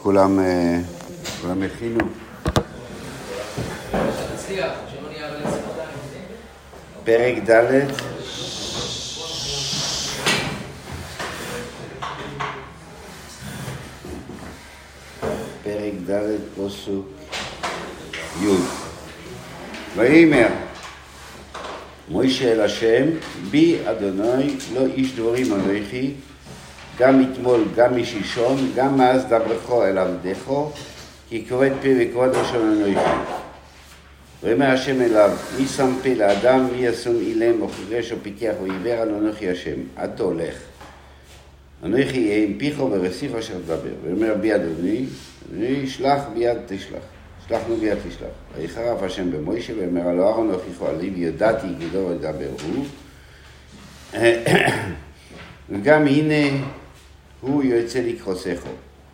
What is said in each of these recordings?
כולם הכינו. פרק ד' פרק ד' פסוק י' ויאמר מוישה אל השם בי אדוני לא איש דברים אנוכי גם אתמול גם משלשום גם מאז דברך אל עבדך כי כבד פה וכבד לשון אנוכי. ויאמר השם אליו מי שם פה לאדם מי ישום אילם או חירש או פיתח או עיוור על אנוכי השם עד הולך אנוכי יהיה עם פיך ורסיך אשר תדבר. ויאמר בי אדוני שלח ביד תשלח שלחנו ביד תשלח. ויחרף השם במוישה ואמר לו אהרון הוכיחו עלי וידעתי כי לא ידבר הוא וגם הנה הוא יוצא לקחוסךו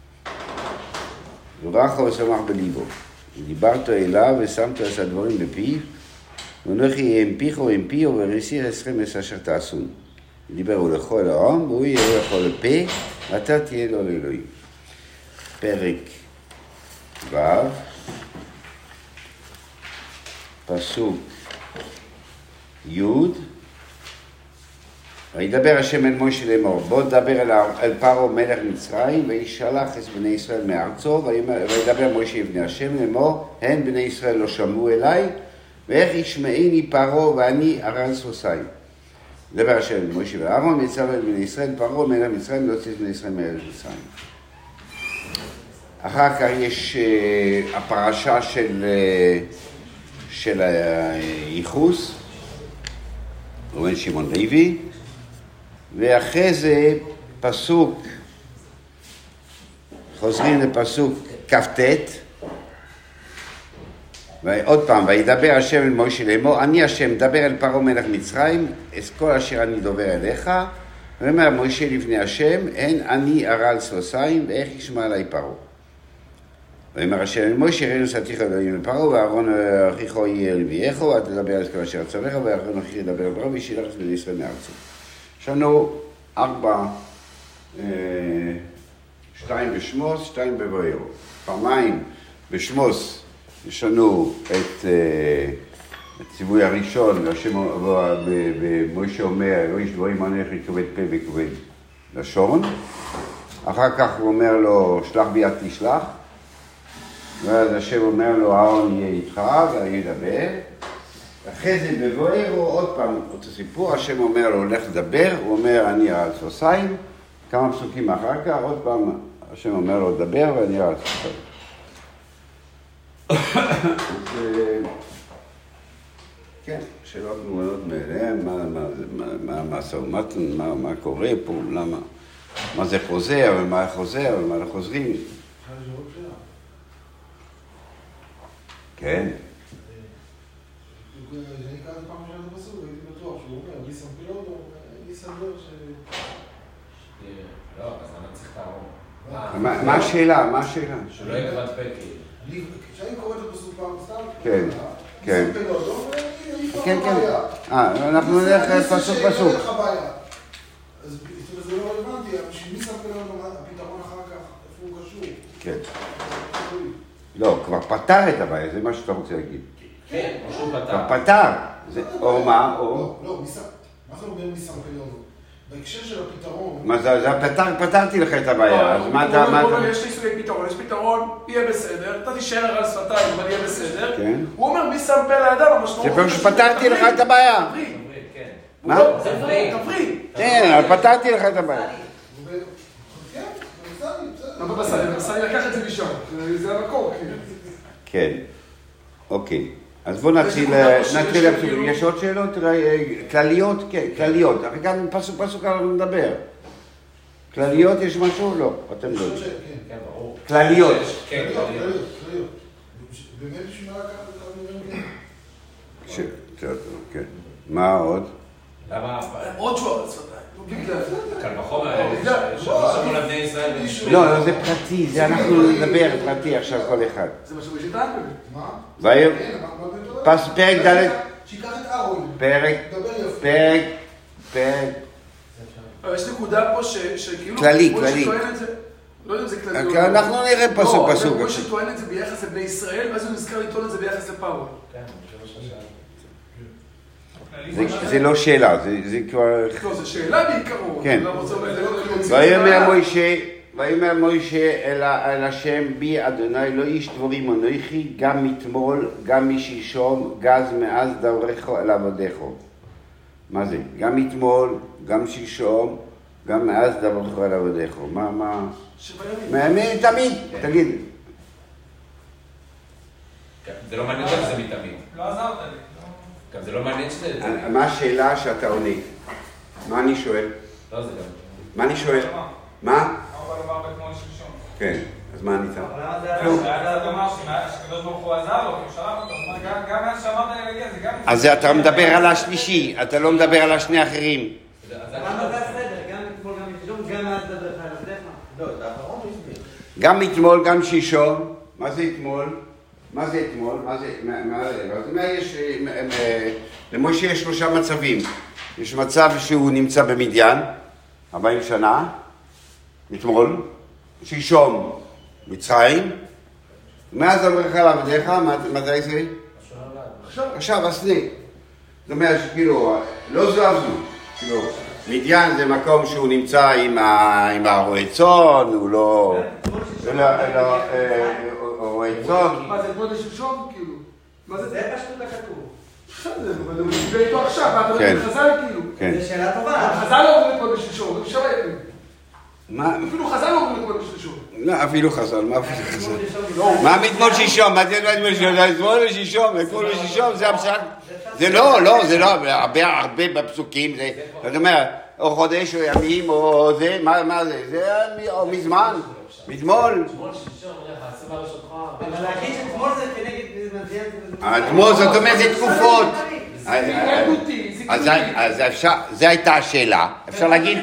ורחו ושמח בליבו ודיברת אליו ושמת את הדברים בפיו ואנוכי יהיה עם פיך ועם פיו ורסיך אסכם אשר תעשון. דיברו לכו אל העם והוא יהיה לכו לפה ואתה תהיה לו לאלוהים. פרק ו' פסוק י' וידבר השם אל מוישה לאמור בוא תדבר אל פרעה מלך מצרים וישלח את בני ישראל מארצו. וידבר מוישה לבני השם לאמור הן בני ישראל לא שמעו אליי ואיך ישמעני פרעה ואני ארז סוסיים. דבר השם אל מוישה ואהרון ויצווה אל בני ישראל פרעה מלך מצרים להוציא את בני ישראל מארץ מצרים. אחר כך יש הפרשה של הייחוס, ראובן שמעון לוי, ואחרי זה פסוק, חוזרים לפסוק כ"ט, ועוד פעם, וידבר השם אל מוישה לאמור, אני השם דבר אל פרעה מלך מצרים, את כל אשר אני דובר אליך, ואומר מוישה לפני השם, הן אני ארע סוסיים, ואיך ישמע עלי פרעה. ויאמר השם אל מוישה ראינו שעתיך אלוהים לפרעה ואהרון אחיך יהיה לווייך ותדבר על כל אשר אצווך ואהרון אחיך ידבר אל פרעה וישלח את בני ישראל מארצו. יש לנו 4, 2 בשמוס, 2 בבואר. פעמיים בשמוס יש לנו את הציווי הראשון, מוישה אומר לא איש דברים אנוכי כבד פה וכבד לשון. אחר כך הוא אומר לו שלח ביד תשלח. ואז השם אומר לו, אהרון יהיה איתך וידבר. אחרי זה בבואר הוא עוד פעם, אותו סיפור, השם אומר לו, הולך לדבר, הוא אומר, אני ארע סוסיים. כמה פסוקים אחר כך, עוד פעם, השם אומר לו, דבר ואני ארע סוסיים. כן, שאלות מובנות מאליהם, מה קורה פה, למה, מה זה חוזר ומה חוזר ומה לא חוזרים. כן. אני קראתי פעם ראשונה את הפסוק, הייתי בטוח שהוא אומר, מי שם פילון או מי שם לא ש... לא, אז למה צריך תארון? מה השאלה? מה השאלה? שלא יקבד פקי. כשאני קורא את הפסוק פעם סתם, כן, כן. מי שם פילון, לא אומר, אני כבר כן, הבעיה. אנחנו נלך פסוק פסוק. אז זה לא רלוונטי, בשביל מי שם פילון הפתרון אחר כך, איפה הוא קשור? כן. לא, כבר פתר את הבעיה, זה מה שאתה רוצה להגיד. כן, או שהוא פתר. כבר פתר. או מה? או... לא, מה זה אומר מי שם פילון? בהקשר של הפתרון... מה זה, פתרתי לך את הבעיה, אז מה אתה... יש לי סוגי פתרון, יש פתרון, יהיה בסדר, אתה תישאר על שפתיים, אבל יהיה בסדר. הוא אומר, מי שם פה לאדם, המשמעות... זה פעם שפתרתי לך את הבעיה. מה? תבריא. כן, פתרתי לך את הבעיה. אבל בסדר, לקח את זה משם, זה המקור. כן. אוקיי. אז בואו נתחיל, יש עוד שאלות? כלליות? כן, כלליות. גם פסוק אנחנו נדבר. כלליות יש משהו? לא, אתם לא יודעים. כן, ברור. כלליות. כן, כלליות. באמת בשביל מה לקחת את זה? כן. מה עוד? למה? עוד שהוא על שפתיים. קל וחומר, שלא שמעו לבני ישראל. לא, זה פרטי, זה אנחנו נדבר פרטי עכשיו כל אחד. זה מה שהוא שיטה? מה? פרק ד' שיקח את אהרון. פרק. יש נקודה פה שכאילו... כללי. מוישה טוען את זה. לא יודע אם זה כללי. אנחנו נראה פסוק. לא, משה טוען את זה ביחס לבני ישראל, ואז הוא נזכר לטעון את זה ביחס לפרעה. זה לא שאלה, זה כבר... לא, זה שאלה בעיקרו. כן. ויאמר מוישה אל השם בי אדוני לא איש דבורים אנוכי גם מתמול גם משלשום גז מאז דברך אל עבדיך. מה זה? גם מתמול, גם שלשום, גם מאז דברך אל עבדיך. מה? תמיד, תגיד. זה לא מעניין שזה מתמיד. לא עזרת לי. גם זה לא מעניין שזה... מה השאלה שאתה עונה? מה אני שואל? לא, זה גם... מה אני שואל? מה? אבל הוא אמר כמו שלשום. כן, אז מה ענית? אתה אומר שקדוש ברוך הוא עזר לו, כי שלח אותו. גם מה שאמרת לי להגיע, זה גם... אז אתה מדבר על השלישי, אתה לא מדבר על השני האחרים. למה זה הסדר? גם אתמול, גם שלשום, גם מאז דברך אל עבדיך? לא, את האחרון הוא הסביר. גם אתמול, גם שלשום. מה זה אתמול? מה זה אתמול? למשה יש 3 מצבים. יש מצב שהוא נמצא במדיין, 40 שנה, אתמול, שלשום, מצרים, מאז דברך אל עבדיך, מתי זה? עכשיו, הסנה. זאת אומרת שכאילו, לא זזנו, כאילו, מדיין זה מקום שהוא נמצא עם הרועה צאן, הוא לא... רועה צאן. מה זה, אתמול לשלשום, כאילו? מה זה? זה פשוט הכתוב. בסדר, אבל הוא מדבר איתו עכשיו, מה אתה אומר חז"ל כאילו? זו שאלה טובה. חז"ל לא אומרים אתמול בשלשום, זה שבע ימים. מה? אפילו חז"ל לא אומרים אתמול בשלשום. לא, אפילו חז"ל, מה אפילו חז"ל? מה מאתמול שלשום? מה זה אתמול שלשום? אתמול לשלשום, אתמול לשלשום, זה הפסק. זה לא, הרבה בפסוקים, זה, זאת אומרת, או חודש או ימים או זה, מה זה? זה מזמן, מתמול. אבל להגיד שאתמול זה כנגד... אתמול זאת אומרת, זה תקופות. זה אז זה הייתה השאלה, אפשר להגיד,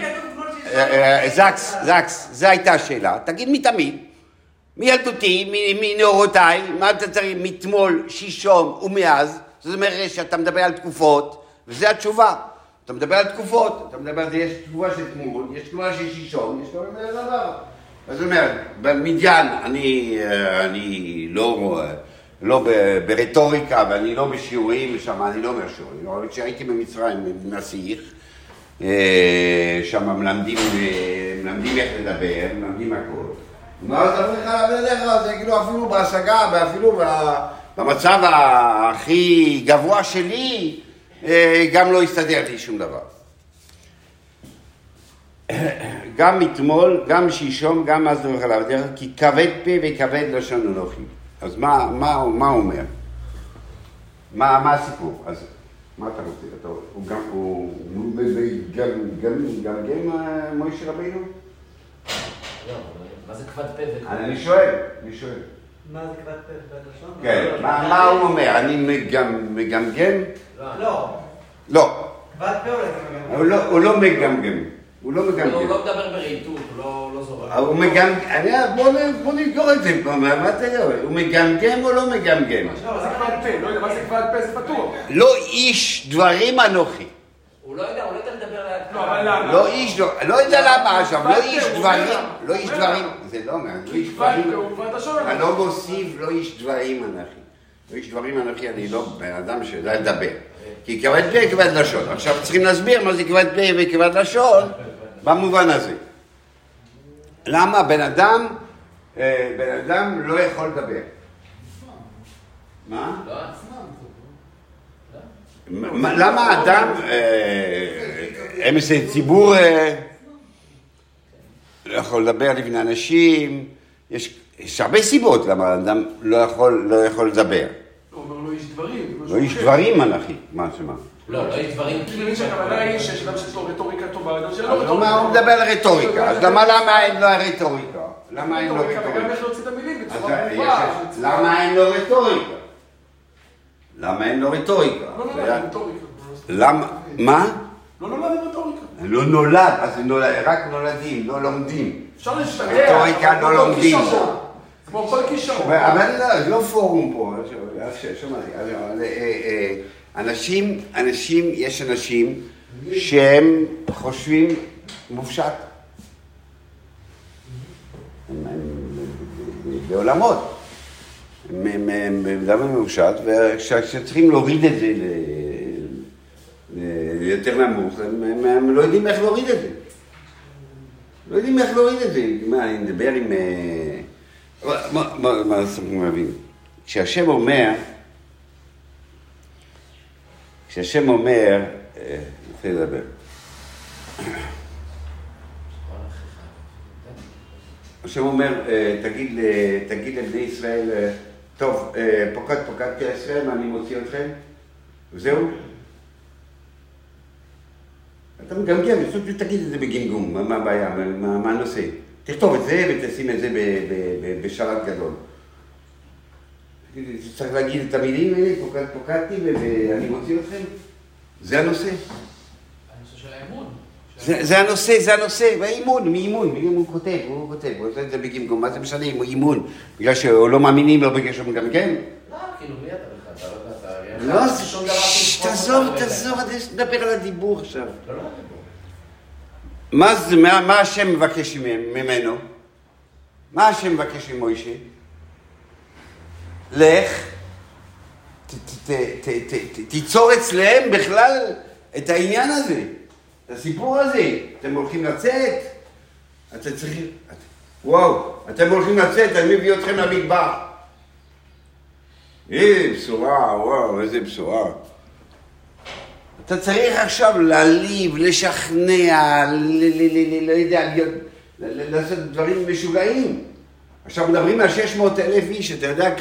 זקס, זה הייתה השאלה, תגיד מתמיד, מילדותי, מנעורותיי, מה אתה צריך מתמול, שלשום ומאז, זאת אומרת שאתה מדבר על תקופות, וזה התשובה, אתה מדבר על תקופות, אתה מדבר על זה, יש תקופה של תמול, יש תקופה של שלשום, יש תקופה של דבר. זאת אומרת, במדיין אני לא ברטוריקה ואני לא בשיעורים, שם אני לא אומר שיעורים, אבל כשהייתי במצרים נסיך, שם מלמדים איך לדבר, מלמדים הכל. ואז דברך אל עבדיך, זה כאילו אפילו בהשגה, ואפילו במצב הכי גבוה שלי, גם לא הסתדר לי שום דבר. גם אתמול, גם שלשום, גם אז דברך אל עבדיך, כי כבד פה וכבד לשון אנוכי. אז מה הוא אומר? מה הסיפור? אז מה אתה רוצה? הוא גם מוישה רבינו? לא, מה זה כבד פה וכבד? אני שואל. מה זה כבד פה בלשון? כן, מה הוא אומר? אני מגמגם? לא. כבד פה אולי זה מגמגם. הוא לא מגמגם. הוא לא מדבר ברהיטות, הוא לא זורק. הוא מגמגם, בוא נגור את זה, מה אתה יודע? הוא מגמגם או לא מגמגם? לא, זה כבד פה, לא יודע מה זה כבד פה, זה פתוח. לא איש דברים אנוכי. הוא לא יודע לדבר ליד. לא, אבל למה? לא יודע למה עכשיו, לא איש דברים, זה לא אומר, לא איש דברים, אני לא מוסיף לא איש דברים אנכי. לא איש דברים אנכי, אני לא בן אדם שיודע לדבר. כי כבד פה כבד לשון. עכשיו צריכים להסביר מה זה כבד פה וכבד לשון במובן הזה. למה בן אדם לא יכול לדבר? מה? למה אדם, הם איזה ציבור לא יכול לדבר לפני אנשים, יש הרבה סיבות למה אדם לא יכול לדבר. הוא אומר לא איש דברים. לא איש דברים אנכי, מה שמה? לא איש דברים. אני מבין שהכוונה היא שיש אדם שיש לו רטוריקה טובה, אדם שלא אז רטוריקה. הוא מדבר על רטוריקה, אז למה אין לו רטוריקה? למה אין לו רטוריקה? וגם איך להוציא את המילים בצורה ברורה. למה אין לו רטוריקה? למה אין לו רטוריקה? לא נולד עם רטוריקה. למה? מה? לא נולד עם רטוריקה. לא נולד, אז רק נולדים, לא לומדים. אפשר להשתגע. רטוריקה לא לומדים. כמו כל כישרון. אבל לא פורום פה. יש אנשים שהם חושבים מופשט. בעולמות. דבר ממושט, וכשצריכים להוריד את זה יותר נמוך, הם לא יודעים איך להוריד את זה. לא יודעים איך להוריד את זה. מה, אני מדבר עם... מה אנחנו מבינים? כשהשם אומר, נתחיל לדבר. השם אומר, תגיד לבני ישראל, טוב, פוקדתי ישראל, מה אני מוציא אתכם? וזהו? אתה מגמגם, תגיד את זה בגמגום, מה הבעיה, מה הנושא? תכתוב את זה ותשים את זה בשלט גדול. צריך להגיד את המילים האלה, פוקדתי ואני מוציא אתכם? זה הנושא. הנושא של האמון. זה הנושא, והאימון, הוא כותב, הוא עושה את זה בגמגום, מה זה משנה אם הוא אימון? בגלל שהוא לא מאמינים לו בגלל שהוא מגמגם? לא, כאילו, מי אתה בכלל? לא, תעזוב, נדבר על הדיבור עכשיו. מה השם מבקש ממנו? מה השם מבקש ממוישה? לך, תיצור אצלם בכלל את העניין הזה, את הסיפור הזה. אתם הולכים לצאת, אתם צריכים, אתם הולכים לצאת, אני מביא אתכם למדבר. בשורה, איזה בשורה. אתה צריך עכשיו להעליב, לשכנע, לא יודע, לעשות דברים משוגעים. עכשיו מדברים על 600,000 איש, אתה יודע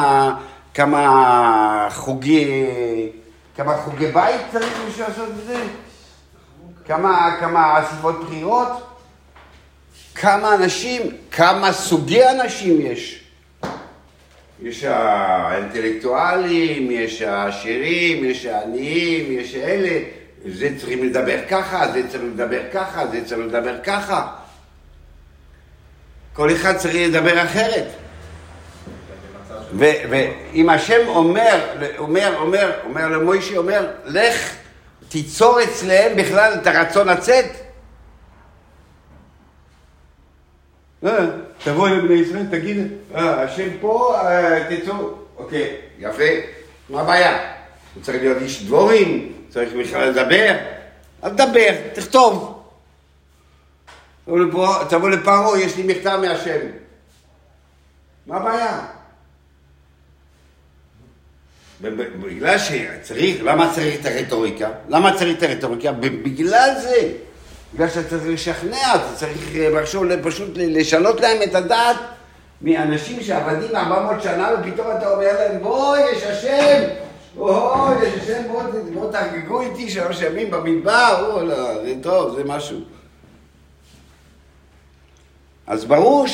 כמה חוגי בית צריך בשביל לעשות את זה? כמה אסיפות בחירות? כמה אנשים, כמה סוגי אנשים יש? יש האינטלקטואלים, יש העשירים, יש העניים, יש אלה. זה צריכים לדבר ככה, זה צריך לדבר ככה, זה צריך לדבר ככה. כל אחד צריך לדבר אחרת. ואם השם אומר למוישה, לך תיצור אצלם בכלל את הרצון לצאת. תבוא לבני ישראל, תגיד, השם פה, תצאו. אוקיי, יפה. מה הבעיה? הוא צריך להיות איש דבורים, צריך בכלל לדבר. אל תדבר, תכתוב. תבוא לפרעה, יש לי מכתב מהשם. מה הבעיה? בגלל שצריך, למה צריך את הרטוריקה? בגלל זה. בגלל שאתה צריך לשכנע, אתה צריך פשוט לשנות להם את הדעת מאנשים שעבדים 400 שנה ופתאום אתה אומר להם, בוא, יש השם, בוא תחגגו איתי 3 ימים במדבר, זה טוב, זה משהו. אז ברור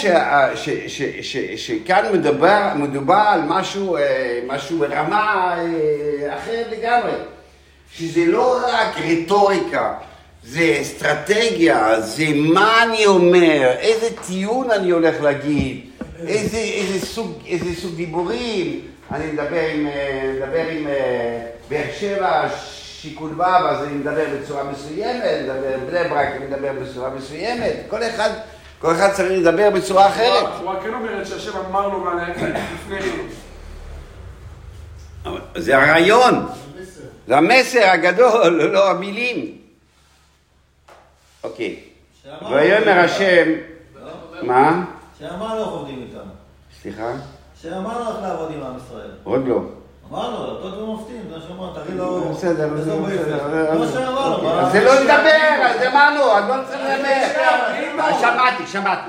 שכאן מדובר על משהו ברמה אחרת לגמרי, שזה לא רק רטוריקה, זה אסטרטגיה, זה מה אני אומר, איזה טיעון אני הולך להגיד, איזה סוג דיבורים. אני מדבר עם באר שבע, שיקול ו', אז אני מדבר בצורה מסוימת, מדבר בני ברק, אני מדבר בצורה מסוימת. כל אחד צריך לדבר בצורה אחרת. הוא רק כן אומרת שהשם אמר לו מה לפני. זה הרעיון, זה המסר הגדול, לא המילים. אוקיי. ויאמר השם, מה? שאמר לו איך עובדים איתנו. סליחה? שאמר לו איך לעבוד עם עם ישראל. עוד לא. אמר לו, אותו דבר מופתים, זה שאמר, תגיד לו... בסדר. כמו שאמר לו. זה לא לדבר, אז אמרנו, אז לא צריך לדבר.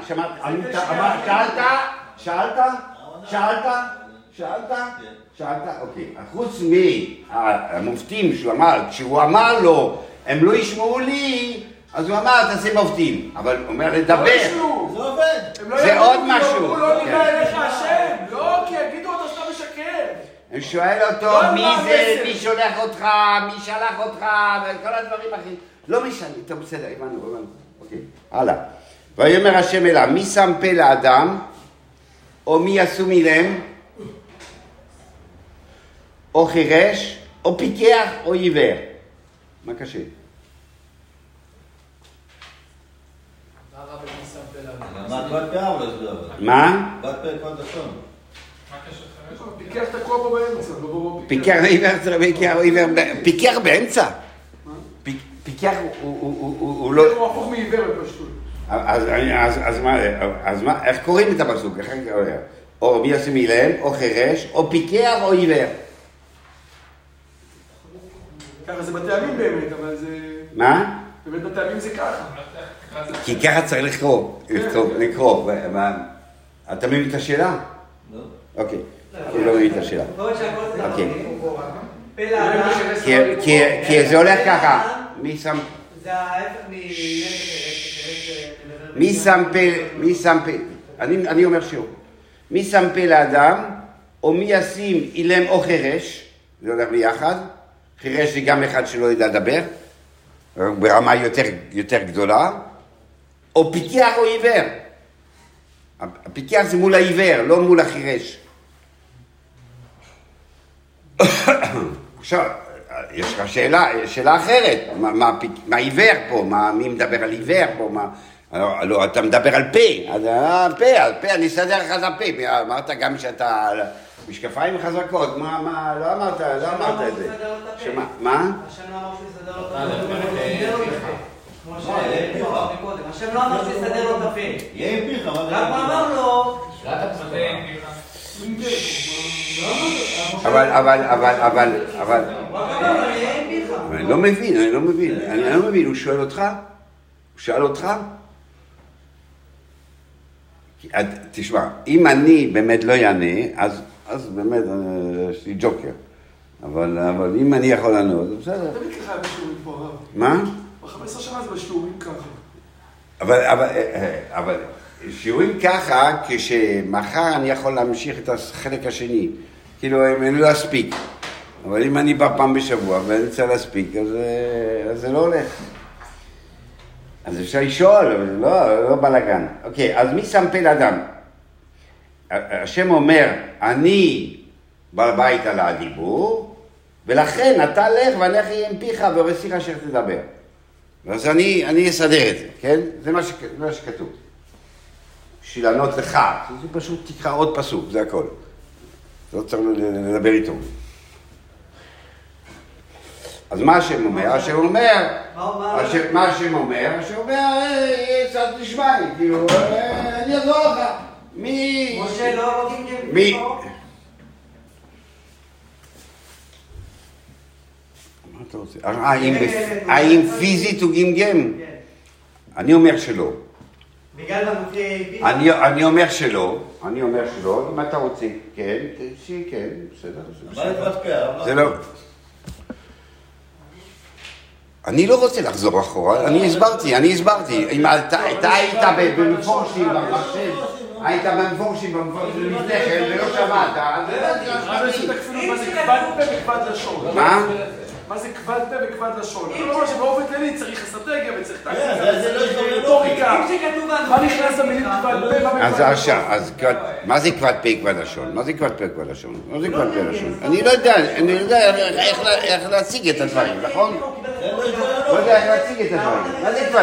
שמעתי. שאלת? אוקיי. חוץ מהמופתים כשהוא אמר לו, הם לא ישמעו לי, אז הוא אמר, תעשה מופתים. אבל הוא אומר לדבר. לא ישמעו. זה עובד. זה עוד משהו. הוא לא נראה אליך השם. לא, כי יגידו אותו שאתה משקר. הוא שואל אותו, מי זה, מי שולח אותך, מי שלח אותך, וכל הדברים אחרים. לא משנה, טוב, בסדר, הבנו. אוקיי, הלאה. ויאמר השם אליו, מי שם פה לאדם, או מי יעשו מלם, או חירש, או פיקח, או עיוור. מה קשה? מה רע במי שם פה לאדם? מה כבר פעם לא הסביר? מה? בת פה כבד לשון. מה הקשר חרש? פיקח תקוע פה באמצע, לא פיקח באמצע. פיקח הוא לא... הוא הפוך מעיוור בפשטות. אז מה, איך קוראים את הפסוק? או מי ישים אילם, או חירש, או פיקח, או עיוור. ככה זה בטעמים באמת, אבל זה... מה? באמת בטעמים זה ככה. כי ככה צריך לקרוא. אתה מבין את השאלה? לא. אוקיי, אני לא מבין את השאלה. אוקיי. כי זה הולך ככה. מי שם פה, אני אומר שיעור. מי שם פה לאדם, או מי ישים אילם או חירש, זה הולך ביחד. חירש זה גם אחד שלא ידע לדבר, ברמה יותר גדולה, או פיקח או עיוור. הפיקח זה מול העיוור, לא מול החירש. עכשיו, יש לך שאלה אחרת, מה עיוור פה, מי מדבר על עיוור פה, לא, אתה מדבר על פה, על פה, אני אסדר לך את הפה, אמרת גם שאתה משקפיים חזקות, מה, לא אמרת את זה. מה? השם לא אמר שהוא יסדר לו את הפה. כמו שאמר מקודם, השם לא אמר שהוא יסדר לו את הפה. יהיה עם פיך, מה זה? רק הוא אמר לו... אבל... אני לא מבין, הוא שואל אותך? תשמע, אם אני באמת לא יענה, אז באמת יש לי ג'וקר. אבל אם אני יכול לענות, זה בסדר. תמיד ככה היה בשיעורים פה, הרב. מה? ב-15 שנה זה בשיעורים ככה. אבל שיעורים ככה, כשמחר אני יכול להמשיך את החלק השני. כאילו, אם אני לא אספיק. אבל אם אני בא פעם בשבוע ואני רוצה להספיק, אז זה לא הולך. אז אפשר לשאול, אבל לא בלגן. אוקיי, אז מי שם פה לאדם? השם אומר, אני בעל בית על הדיבור, ולכן אתה לך ואני אחי עם פיך והורסיך אשר תדבר. אז אני אסדר את זה, כן? זה מה שכתוב. בשביל לענות לך, זה פשוט תקרא עוד פסוק, זה הכל. לא צריך לדבר איתו. אז מה השם אומר? השם אומר, קצת תשמע, כאילו, אני אעזור לך. משה לא גמגם. מה אתה רוצה? האם פיזית הוא גמגם? אני אומר שלא. בגלל במוקי... אני אומר שלא, אם אתה רוצה, כן, כן, בסדר. מה נתפתפע? זה לא... אני לא רוצה לחזור אחורה, אני הסברתי. אם אתה היית במפורשים במחשב, היית במפורשים לפני כן ולא שמעת, אז מה זה כבד פה וכבד לשון? מה? מה זה כבד פה וכבד לשון? אני אומר שבאופן כללי צריך אסטרטגיה וצריך זה לא יש רטוריקה. אם שכתוב מה נכנס למילים כבד פה? אז מה זה כבד פה וכבד לשון? אני לא יודע איך להציג את הדברים, נכון? לא יודע איך להציג את הדברים. מה זה כבד?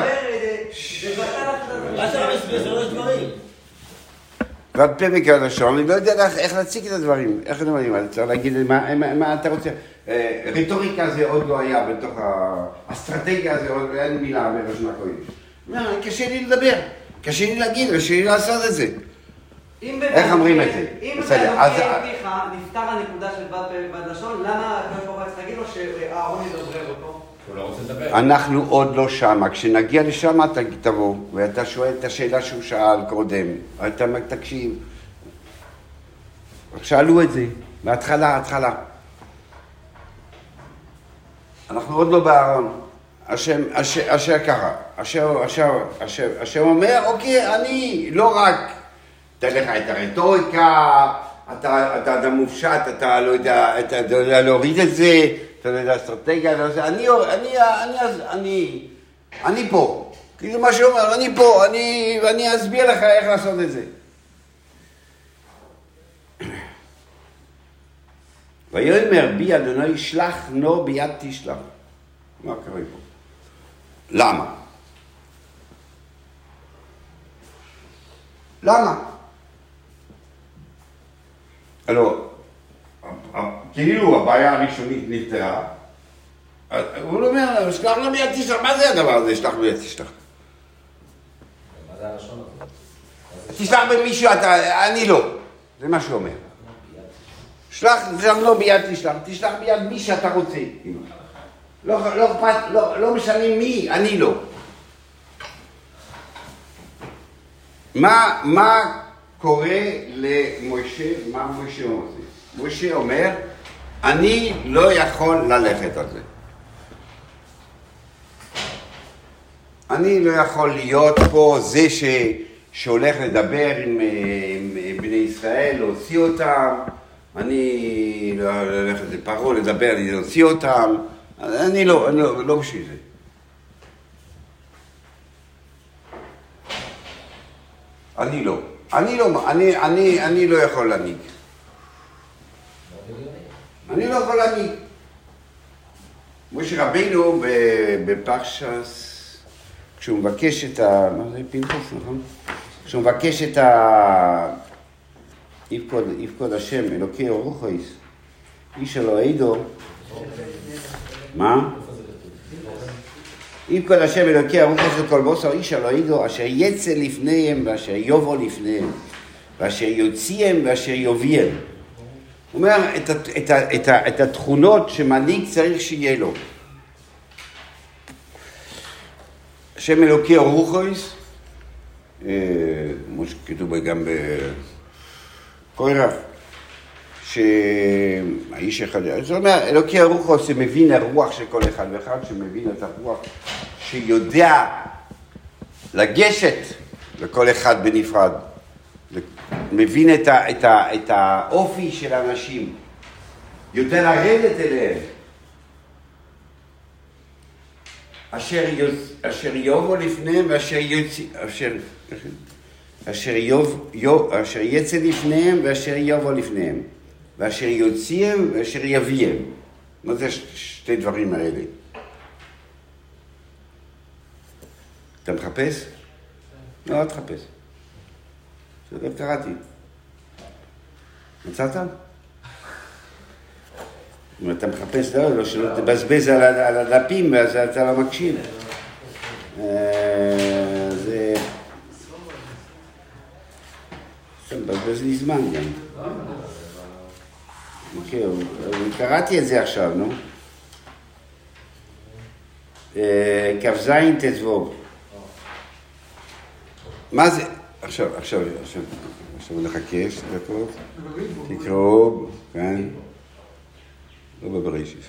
מה שאתה מסביר, זה לא יש דברים. כבד פה וכבד לשון, אני לא יודע איך להציג את הדברים. איך הדברים האלה? צריך להגיד מה אתה רוצה. רטוריקה זה עוד לא היה בתוך האסטרטגיה, זה עוד אין מילה בראשון הקודש. קשה לי לדבר, קשה לי להגיד, קשה לי לעשות את זה. איך אומרים את זה? אם במוקי פיך נפתר הנקודה של כבד פה וכבד לשון, למה הקדוש ברוך הוא צריך להגיד לו שהארון ידברר אותו? הוא לא רוצה לדבר. אנחנו עוד לא שמה, כשנגיע לשם תבוא, ואתה שואל את השאלה שהוא שאל קודם, אתה תקשיב. שאלו את זה, בהתחלה. אנחנו עוד לא בארון. אשר ככה, אשר אומר, אוקיי, אני לא רק תן לך את הרטוריקה, אתה אדם מופשט, אתה לא יודע להוריד את זה, אתה לא יודע אסטרטגיה, אני פה. כאילו מה שאומר, אני פה, ואני אסביר לך איך לעשות את זה. ויאמר בי אדוני שלח נו ביד תשלח. מה קורה פה? למה? הלוא, כאילו הבעיה הראשונית נפתרה, הוא אומר, שלח לו מיד תשלח, מה זה הדבר הזה, שלח מיד תשלח? מה זה הלשון הזה? תשלח במישהו, אני לא, זה מה שהוא אומר. שלח לו מיד תשלח מיד מי שאתה רוצה. לא משנה מי, אני לא. מה קורה למשה, מה משה עושה? משה אומר, אני לא יכול ללכת על זה. אני לא יכול להיות פה זה שהולך לדבר עם בני ישראל, להוציא אותם. אני לא הולך לפרעה לדבר, להוציא אותם. אני לא בשביל זה. אני לא יכול להנהיג. אני לא יכול להנהיג. משה רבינו בפרשס, כשהוא מבקש את מה זה פנחס, נכון? כשהוא מבקש את יפקוד השם, אלוקי רוחויס, איש אלוהידו, מה? יפקוד השם אלוקי רוחויס לכל בוסר, איש אלוהידו, אשר יצא לפניהם ואשר יובו לפניהם, ואשר יוציאם ואשר יוביים. הוא אומר את התכונות שמנהיג צריך שיהיה לו. השם אלוקי רוחויס, כמו שכתוב גם בקורח, שהאיש אחד, זאת אומרת, אלוקי הרוחויס מבין הרוח של כל אחד ואחד, שמבין את הרוח, שיודע לגשת לכל אחד בנפרד, מבין את האופי של האנשים, יודע לרדת אליהם, אשר יובו לפניהם ואשר אשר יצא לפניהם ואשר יובו לפניהם ואשר יוציאם ואשר יביאם. מה זה שתי דברים האלה? אתה מחפש? לא, אל תחפש. שגם קראתי. מצאת? אם אתה מחפש, לא, שלא תבזבז על הדפים, ואז אתה לא מקשיב. זה... מבזבז לי זמן גם. אוקיי, קראתי את זה עכשיו, נו. כ"ז תזבוב. מה זה? עכשיו נחכה, שתי דקות. תקראו, כן. לא בבראשית.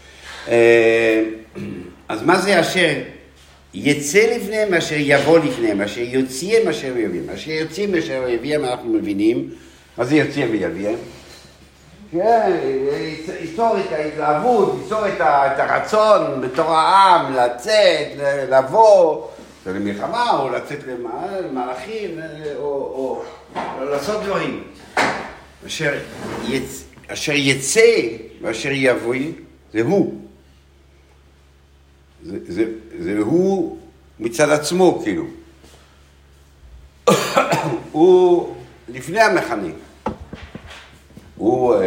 אז מה זה אשר יצא לפניהם, אשר יבוא לפניהם, אשר יוציאם, אשר יביאם. אשר יוצאים, אשר יביאם, אנחנו מבינים. מה זה יוצאים ויביאם? כן, ייצור את ההתלהבות, ייצור את הרצון בתור העם, לצאת, לבוא, למלחמה, או לצאת למהלכים, או לעשות דברים. אשר יצא ואשר יבוא, זה הוא. זה הוא מצד עצמו, כאילו. הוא לפני המחנה. הוא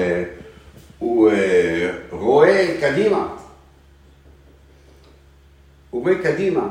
רואה קדימה. הוא רואה קדימה.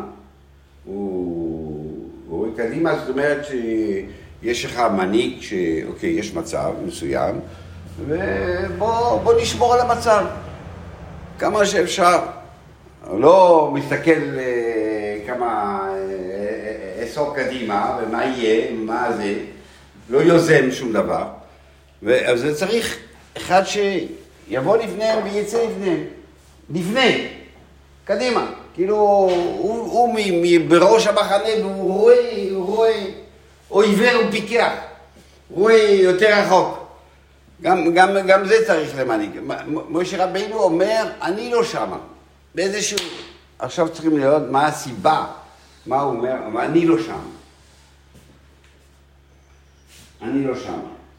הוא רואה קדימה, זאת אומרת שיש לך מנהיג שאוקיי, יש מצב מסוים, ובוא נשמור על המצב כמה שאפשר. לא מסתכל כמה עשור קדימה ומה יהיה, מה זה, לא יוזם שום דבר. אז זה צריך אחד שיבוא לפניהם ויצא לפניהם. לפני, קדימה. כאילו הוא בראש המחנה והוא רואה, או עיוור הוא פיקח, הוא רואה יותר רחוק. גם זה צריך למנהיג. משה רבינו אומר, אני לא שמה. באיזשהו... עכשיו צריכים לראות מה הסיבה, מה הוא אומר, אבל אני לא שם. אני לא שם.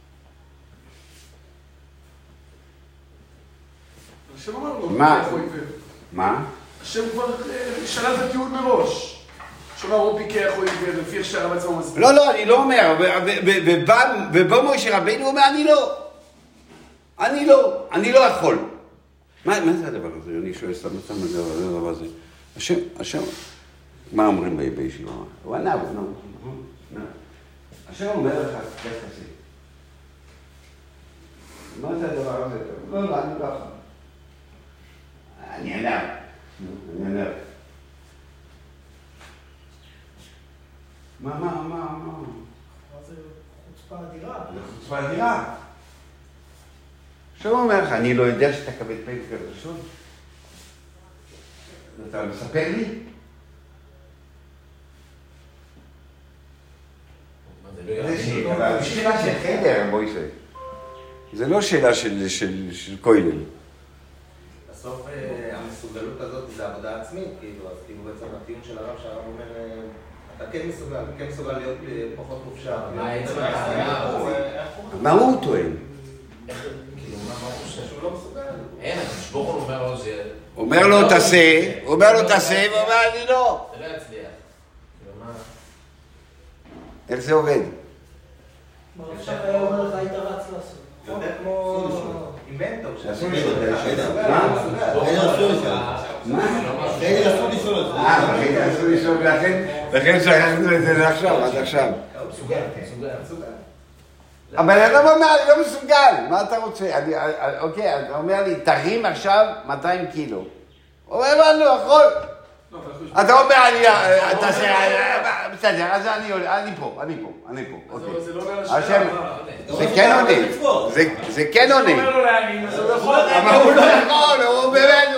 השם אמר לו, מה? מה? השם כבר שלט הטיעון מראש. שאומר, הוא פיקח או עיוור, לפי השער בעצמו מסביר. לא, אני לא אומר, ובא משה רבינו אומר, אני לא. אני לא יכול. מה זה הדבר הזה? אני שואל סתם הדבר הזה. השם, מה אומרים בישיבה? הוא ענה, השם אומר לך, כך תעשה. מה זה הדבר הזה? לא, אני לא יכול. אני ענה. מה? זה חוצפה אדירה. זה חוצפה אדירה. עכשיו הוא אומר לך, אני לא יודע שאתה קבל פנקר ראשון? אתה מספר לי? זה שאלה של חדר, בויסה. זה לא שאלה של כולל. בסוף המסוגלות הזאת זה עבודה עצמית, כאילו, אז כאילו בעצם הטיעון של הרב שהרב אומר, אתה כן מסוגל להיות פחות חופשה. מה הוא טוען? כאילו, מה הוא חושב שהוא לא מסוגל? אין, השבור הוא אומר לו זה... אומר לו תעשה, והוא אומר אני לא. זה לא יצליח. איך זה עובד? עכשיו היה אומר לך, היית רץ לעשות. יותר כמו אימנטור. אסור לשאול לכן שכחנו את זה עד עכשיו. אבל אני לא אומר, אני לא מסוגל, מה אתה רוצה? אוקיי, אתה אומר לי, תרים עכשיו 200 קילו. הוא אומר, אני לא יכול. אתה אומר, בסדר, אז אני פה. זה כן עונה. זה כן עונה. הוא אומר לו להרים, אז הוא יכול. אבל הוא לא יכול, הוא באמת,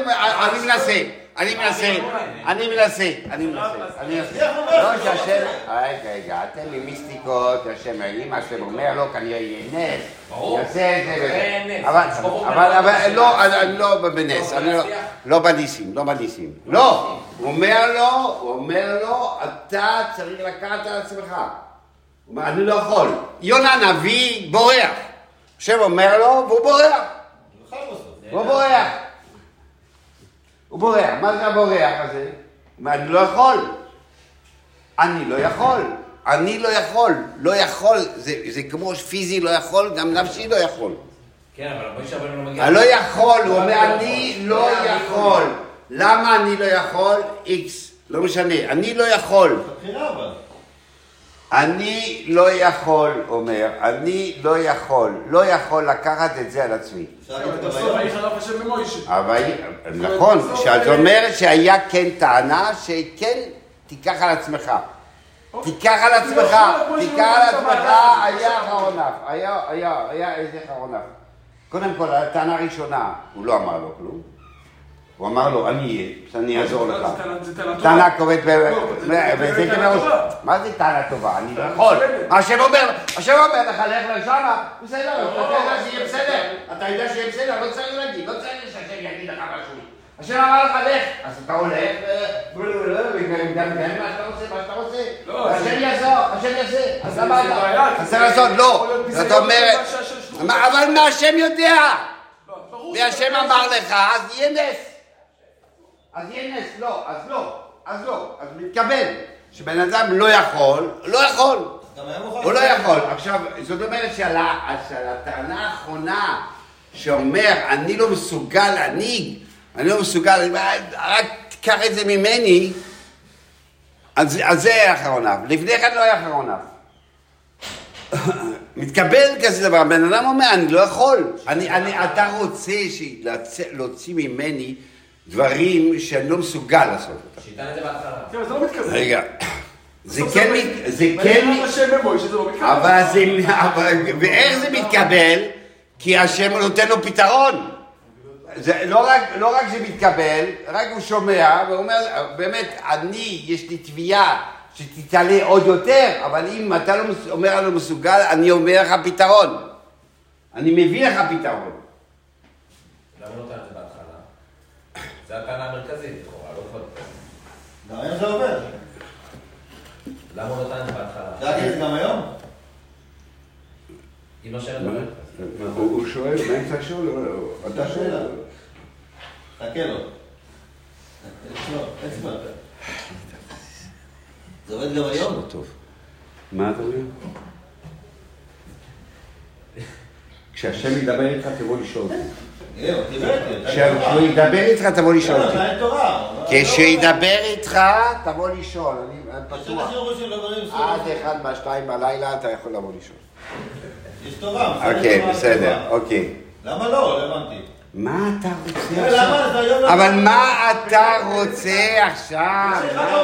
אני מנסה. לא, שהשם, רגע, אתם עם מיסטיקות, השם, אם השם אומר לו, כנראה יהיה נס, יעשה את זה, אבל לא בנס, לא בניסים. לא, הוא אומר לו, אתה צריך לקחת על עצמך. הוא אומר, אני לא יכול. יונה הנביא בורח. השם אומר לו, והוא בורח. מה זה הבורח הזה? הוא אומר, אני לא יכול. זה כמו פיזי לא יכול, גם נפשי לא יכול. כן, אבל משה רבנו לא מגיע... אני לא יכול, הוא אומר, אני לא יכול. למה אני לא יכול? איקס, לא משנה, אני לא יכול. אני לא יכול לקחת את זה על עצמי. בסוף היית חלף השם במוישה. אבל נכון, שאת אומרת שהיה כן טענה שכן תיקח על עצמך. היה חרונף. היה איזה חרונף. קודם כל, הטענה הראשונה, הוא לא אמר לו כלום. הוא אמר לו, אני אעזור לך. טענה קוראת וזה כמראש. מה זה טענה טובה? אני לא יכול. השם אומר לך, לך לשם, בסדר, אתה יודע שיהיה בסדר, לא צריך להגיד, לא צריך שהשם יגיד לך משהו. השם אמר לך, לך, אז אתה הולך, וגם מה שאתה רוצה. השם יעשה, אז למה אתה? אז צריך לעשות, לא. זאת אומרת, אבל מה השם יודע? והשם אמר לך, אז יהיה נס. אז מתקבל. שבן אדם לא יכול. הוא לא יכול. עכשיו, זאת אומרת שעל הטענה האחרונה שאומר, אני לא מסוגל להנהיג, רק תקח את זה ממני, אז זה היה אחרונה. לפני כן לא היה אחרונה. מתקבל כזה דבר, בן אדם אומר, אני לא יכול. אתה רוצה להוציא ממני דברים שאני לא מסוגל לעשות אותם. שיטה את זה בהתחלה. כן, זה לא מתקבל. רגע, זה כן ואיך זה מתקבל? כי השם נותן לו פתרון. לא רק זה מתקבל, רק הוא שומע ואומר, באמת, יש לי תביעה שתתעלה עוד יותר, אבל אם אתה לא אומר לו מסוגל, אני אומר לך פתרון. אני מביא לך פתרון. למה לא נותן את זה בהתחלה? זה הטענה המרכזית, לכאורה, לא יכול. גם היום זה עובד. למה הוא נותן את זה בהתחלה? זה להגיד גם היום? אם לא שאלה דבר. הוא שואל, באמצע השאול, אתה שואל. תקה לו. אצבע. זה עובד גם היום? טוב. מה אתה אומר? כשהשם ידבר איתך, תבוא לשאול אותי. דיברתי. כשהוא ידבר איתך, תבוא לשאול אותי. זה תורה. כשידבר איתך, תבוא לשאול. אני פתוח. יש עד 1-2 בלילה אתה יכול לבוא לשאול. יש תורה. אוקיי, בסדר, אוקיי. למה לא? לא הבנתי. מה אתה רוצה עכשיו? אבל מה אתה רוצה עכשיו?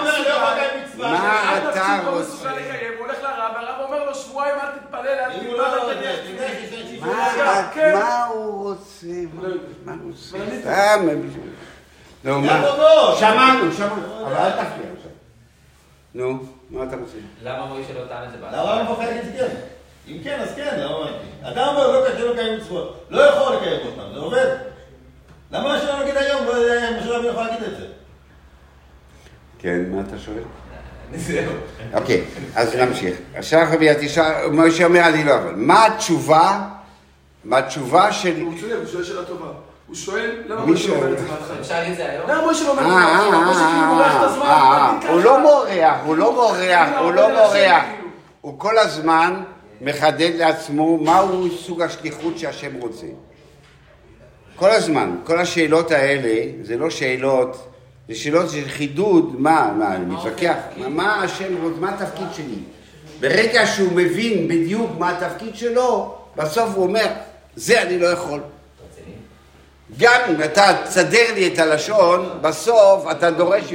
מה אתה רוצה? הוא הולך לרב, והרב אומר לו שבועיים אל תתפלל, אל תתפלל. מה הוא רוצה? מה הוא רוצה? נו, מה? שמענו, אבל אל תפריע עכשיו. נו, מה אתה רוצה? למה מוישה לא טען את זה בעצם? למה אני מפחד את זה? אם כן, אז כן, לא אמרתי. אדם אומר, לא קשה לקיים מצוות. לא יכול לקיים אותם, זה עובד. למה שלא נגיד היום? לא יודע אם משהו רבי יכול להגיד את זה. כן, מה אתה שואל? זהו. אוקיי, אז נמשיך. עכשיו מוישה אומר, אני לא יכול. מה התשובה? מה התשובה של... הוא צודק, הוא שואל שאלה טובה. הוא שואל, למה מוישה לא אומר את זה בהתחלה? אפשר להגיד את זה היום? למה מוישה לא אומר את זה בהתחלה? מוישה כאילו מורח את הזמן. הוא לא מורח. הוא כל הזמן מחדד לעצמו מהו סוג השליחות שהשם רוצה. כל הזמן, כל השאלות האלה, זה לא שאלות, זה שאלות של חידוד, אני מתווכח, מה השם רוצה, מה התפקיד שלי? ברגע שהוא מבין בדיוק מה התפקיד שלו, בסוף הוא אומר, זה אני לא יכול. גם אם אתה תסדר לי את הלשון, בסוף אתה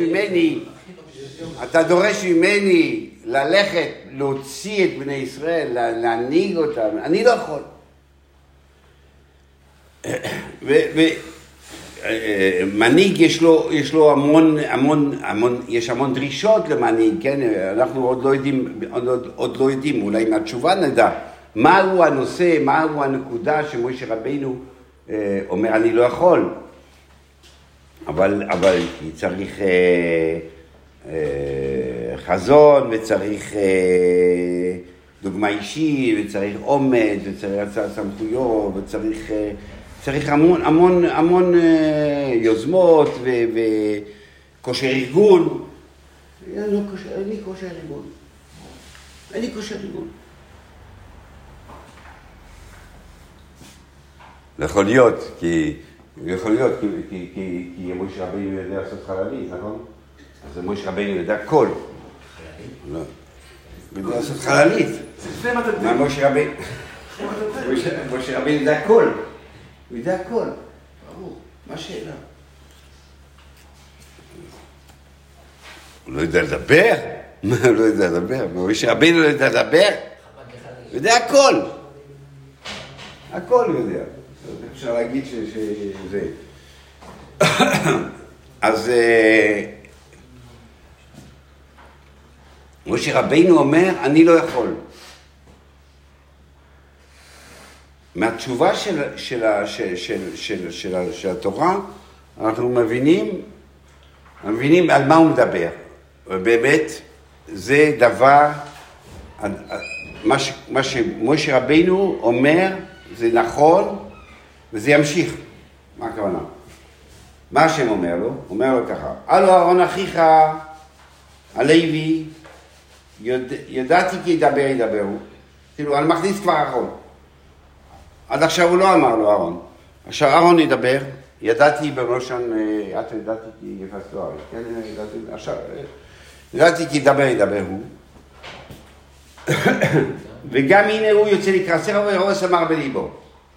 דורש ממני ללכת, להוציא את בני ישראל, להנהיג אותם, אני לא יכול. ומנהיג יש לו המון דרישות למנהיג, כן? אנחנו עוד לא יודעים, אולי מהתשובה נדע, מהו הנושא, מהו הנקודה שמשה רבינו אומר אני לא יכול, אבל צריך חזון וצריך דוגמה אישית וצריך אומץ וצריך סמכויות וצריך המון יוזמות וכושר ארגון. אין לי כושר ארגון. יכול להיות, כי משה רבינו יודע לעשות חללית, נכון? אז משה רבינו יודע הכל. לא. הוא יודע לעשות חללית. מה משה רבינו? משה רבינו יודע הכל. הוא יודע הכל. ברור. מה השאלה? הוא לא יודע לדבר? מה הוא לא יודע לדבר? משה רבינו לא יודע לדבר? הוא יודע הכל. הכל הוא יודע. אפשר להגיד שזה... אז משה רבינו אומר, אני לא יכול. מהתשובה של התורה, אנחנו מבינים על מה הוא מדבר. ובאמת, זה דבר, מה שמשה רבינו אומר, זה נכון, וזה ימשיך. מה הכוונה? מה השם אומר לו? הוא אומר לו ככה, הלו אהרון אחיך, הלוי, ידעתי כי ידברו. כאילו, אני מכניס כבר אהרון. עד עכשיו הוא לא אמר לו אהרון. עכשיו אהרון ידבר, ידעתי בראשון, ידעתי כי יפס לו ארץ. כן, ידעתי כי ידברו. וגם הנה הוא יוצא לקרסר וירוס אמר בליבו.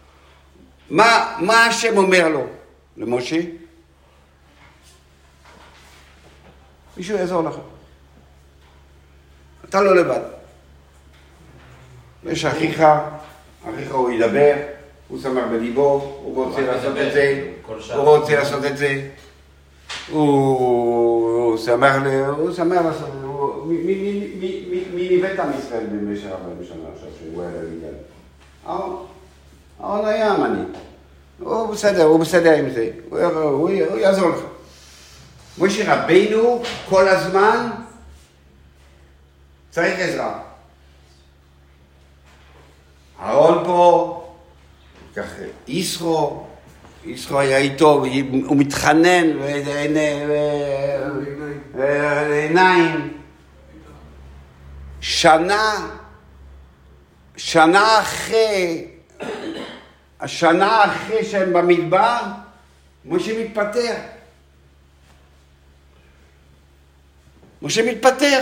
מה השם אומר לו? למשה? מישהו יעזור לך. אתה לא לבד. יש אחיך הוא ידבר, הוא שמח בליבו, הוא רוצה לעשות את זה, הוא שמח לעשות, מי ניווט עם ישראל במשך 40 שנה עכשיו שהוא היה לגלל? אהרון היה המנהיג, הוא בסדר עם זה, הוא יעזור לך. משה רבינו כל הזמן צריך עזרה. אהרון פה, כך ישרו היה איתו, הוא מתחנן ועיניים. שנה אחרי השנה אחרי שהם במדבר, משה מתפטר. משה מתפטר.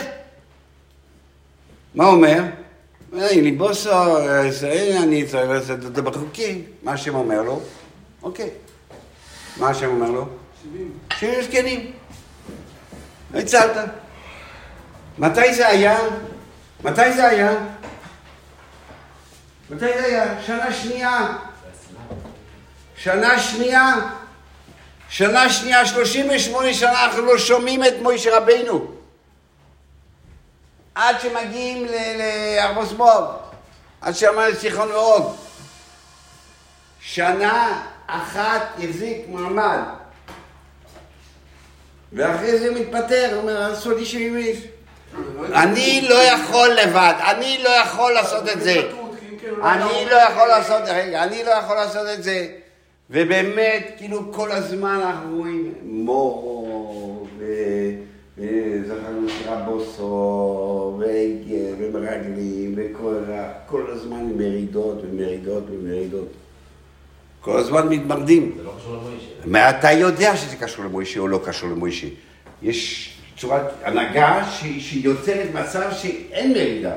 מה אומר? אני בוסו, אני צריך לעשות את זה בחוקים. מה השם אומר לו? אוקיי. מה השם אומר לו? 70 זקנים. הצלת. מתי זה היה? מתי זה היה? שנה שנייה. שנה שנייה, 38 שנה אנחנו לא שומעים את מוישה רבינו. עד שמגיעים לארבוס מוב. עד שאמר לסיחון ואוג. שנה אחת החזיק מעמד. ואחרי זה מתפטר, הוא אומר, עשו לי 70 איש. אני לא יכול לבד, אני לא יכול לעשות את זה. אני לא יכול לעשות את זה. ובאמת, כאילו כל הזמן אנחנו רואים מורו, וזכרנו רבוסו, ועגל, ומרגלים, וכל הזמן מרידות ומרידות. כל הזמן מתמרדים. זה לא קשור למוישה. מה אתה יודע שזה קשור למוישה או לא קשור למוישה? יש צורת הנהגה שיוצרת מצב שאין מרידה.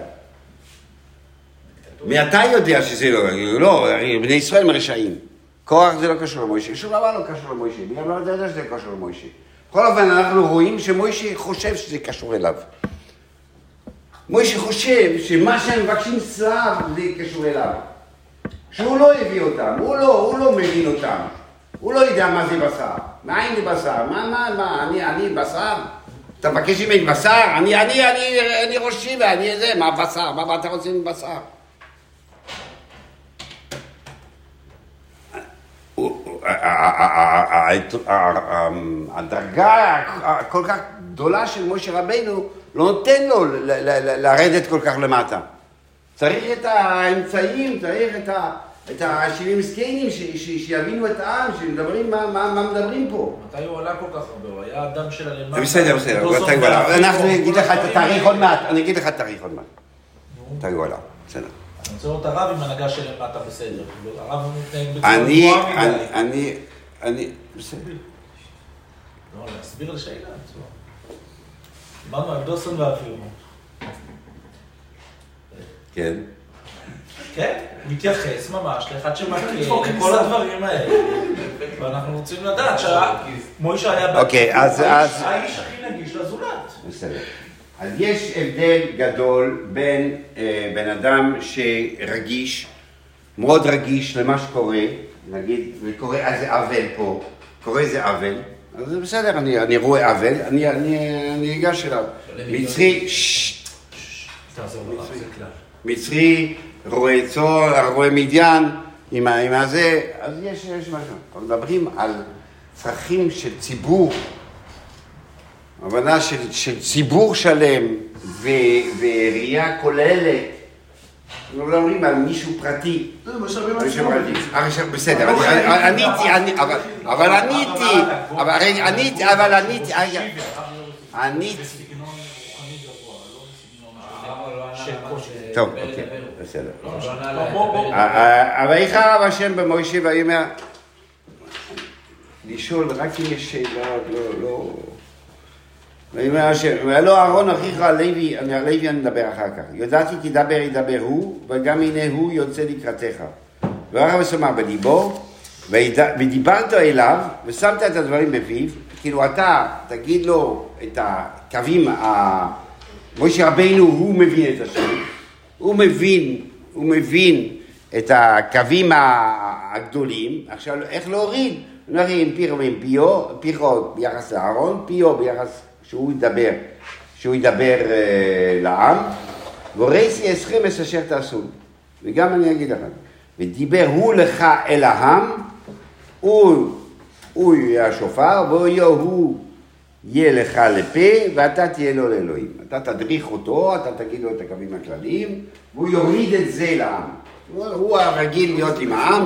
ואתה יודע שזה לא, בני ישראל מרשעים. כוח זה לא קשור למוישה, שום דבר לא קשור למוישה, בגלל לא יודע שזה קשור למוישה. בכל אופן אנחנו רואים שמוישה חושב שזה קשור אליו. מוישה חושב שמה שהם מבקשים צלב זה קשור אליו. שהוא לא הביא אותם, הוא לא מבין אותם. הוא לא יודע מה זה בשר. מאין זה בשר? מה, אני בשר? אתה מבקש ממני בשר? אני ראשי ואני זה, מה בשר? מה אתה רוצה עם בשר? הדרגה הכל כך גדולה של משה רבינו לא נותן לו לרדת כל כך למטה. צריך את האמצעים, צריך את ה-70 זקנים שיבינו את העם, שמדברים מה מדברים פה. מתי הוא עלה כל כך הרבה? הוא היה אדם של הלמטה. בסדר. אנחנו נגיד לך את התאריך עוד מעט. מתי הוא עלה, בסדר. אני רוצה לראות הרב עם הנהגה של למטה בסדר. הרב מתנהג בצורה גבוהה מדי. בסדר. לא, להסביר לשאלה. אמרנו על דוסון ואוויר. כן. כן, מתייחס ממש לאחד שמכיר לכל הדברים האלה. ואנחנו רוצים לדעת שמוישה היה האיש הכי נגיש לזולת. בסדר. אז יש הבדל גדול בין בן אדם שרגיש, מאוד רגיש למה שקורה, נגיד, וקורה איזה עוול פה, קורה איזה עוול, אז זה בסדר, אני רואה עוול, אני אגש אליו. מצרי, רואה צור, רואה מדיין, עם הזה, אז יש משהו. אנחנו מדברים על צרכים של ציבור, הבנה של ציבור שלם וראייה כוללת. אנחנו לא מדברים על מישהו פרטי. בסדר, עניתי. טוב, אוקיי, בסדר. אבל איך הרב השם במוישה ויאמר, לשאול רק אם יש שאלות, לא. ויאמר השם, ולא אהרון אחיך הלוי, הלוי אני מדבר אחר כך. ידעתי כי ידבר הוא, וגם הנה הוא יוצא לקראתך. והרב ושמע בליבו, ודיברת אליו, ושמת את הדברים בפיו, כאילו אתה תגיד לו את הקווים, משה רבינו הוא מבין את השם, הוא מבין את הקווים הגדולים, עכשיו איך להוריד? נראים פירו ועם פירו ביחס לאהרון, פיו ביחס שהוא ידבר לעם, ורייסי אסכם אשר תעשו, וגם אני אגיד לכם, ודיבר הוא לך אל העם, הוא יהיה השופר, והוא יהיה לך לפה, ואתה תהיה לו לאלוהים. אתה תדריך אותו, אתה תגיד לו את הקווים הכלליים, והוא יוריד את זה לעם. הוא הרגיל להיות עם העם.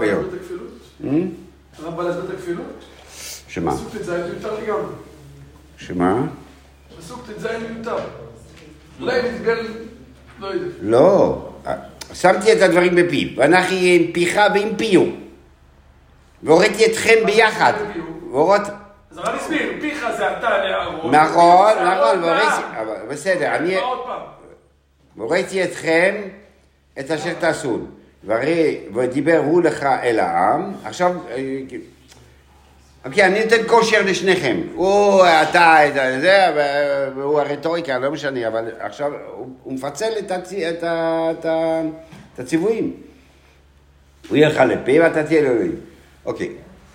הרב בא להסביר את הכפילות? שמה? פסוק ט"ז מיותר לגמרי. שמה? פסוק ט"ז מיותר. אולי נתגל, לא יודע. לא. שמתי את הדברים בפיו, ואנכי יהיה עם פיך ועם פיו. והוריתי אתכם ביחד. אז הרב הסביר, פיך זה אתה לארון. נכון, בסדר, אני... והוריתי אתכם את אשר תעשו. ודיבר הוא לך אל העם. עכשיו, אוקיי, אני אתן כושר לשניכם. אתה, זה, והוא הרטוריקה, לא משנה, אבל עכשיו הוא מפצל את הציוויים. הוא יהיה לך לפה ואתה תהיה לאלוהים. אוקיי.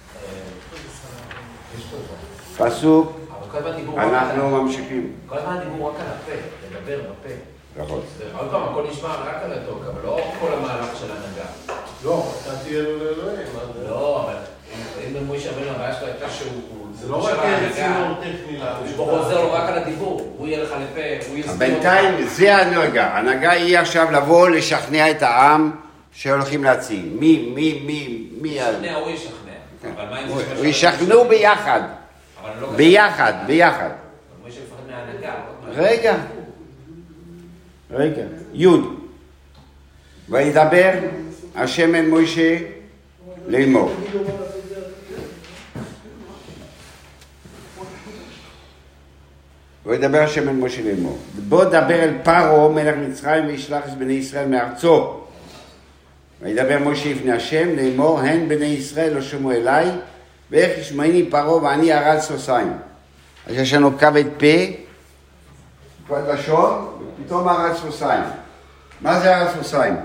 פסוק, אנחנו ממשיכים. כל הזמן דיבור רק על הפה, לדבר בפה. נכון. עוד פעם, הכל נשמע רק על התוק, אבל לא כל המהלך של הנהגה. לא, אתה תהיה לו לאלוהים. לא, אבל אם במוישה רבנו הבעיה שלו הייתה שהוא... זה לא רק צינור טכני להנהגה. הוא חוזר לו רק על הדיבור, הוא יהיה לך לפה, הוא יסביר... בינתיים זה הנהגה. ההנהגה היא עכשיו לבוא לשכנע את העם שהולכים להציל. מי... ישכנע, הוא ישכנע. הוא ישכנעו ביחד. ביחד. מוישה לפחד מההנהגה. רגע. יוד. וידבר השם אל מוישה לאמור. וידבר השם אל מוישה לאמור. בוא דבר אל פרעה מלך מצרים וישלח את בני ישראל מארצו. וידבר מוישה לפני השם לאמור, הן בני ישראל לא שמעו אליי, ואיך ישמעני פרעה ואני ארד סוסיים. אז יש לנו כבד פה, כבד לשון, ופתאום ארד סוסיים. מה זה ארד סוסיים?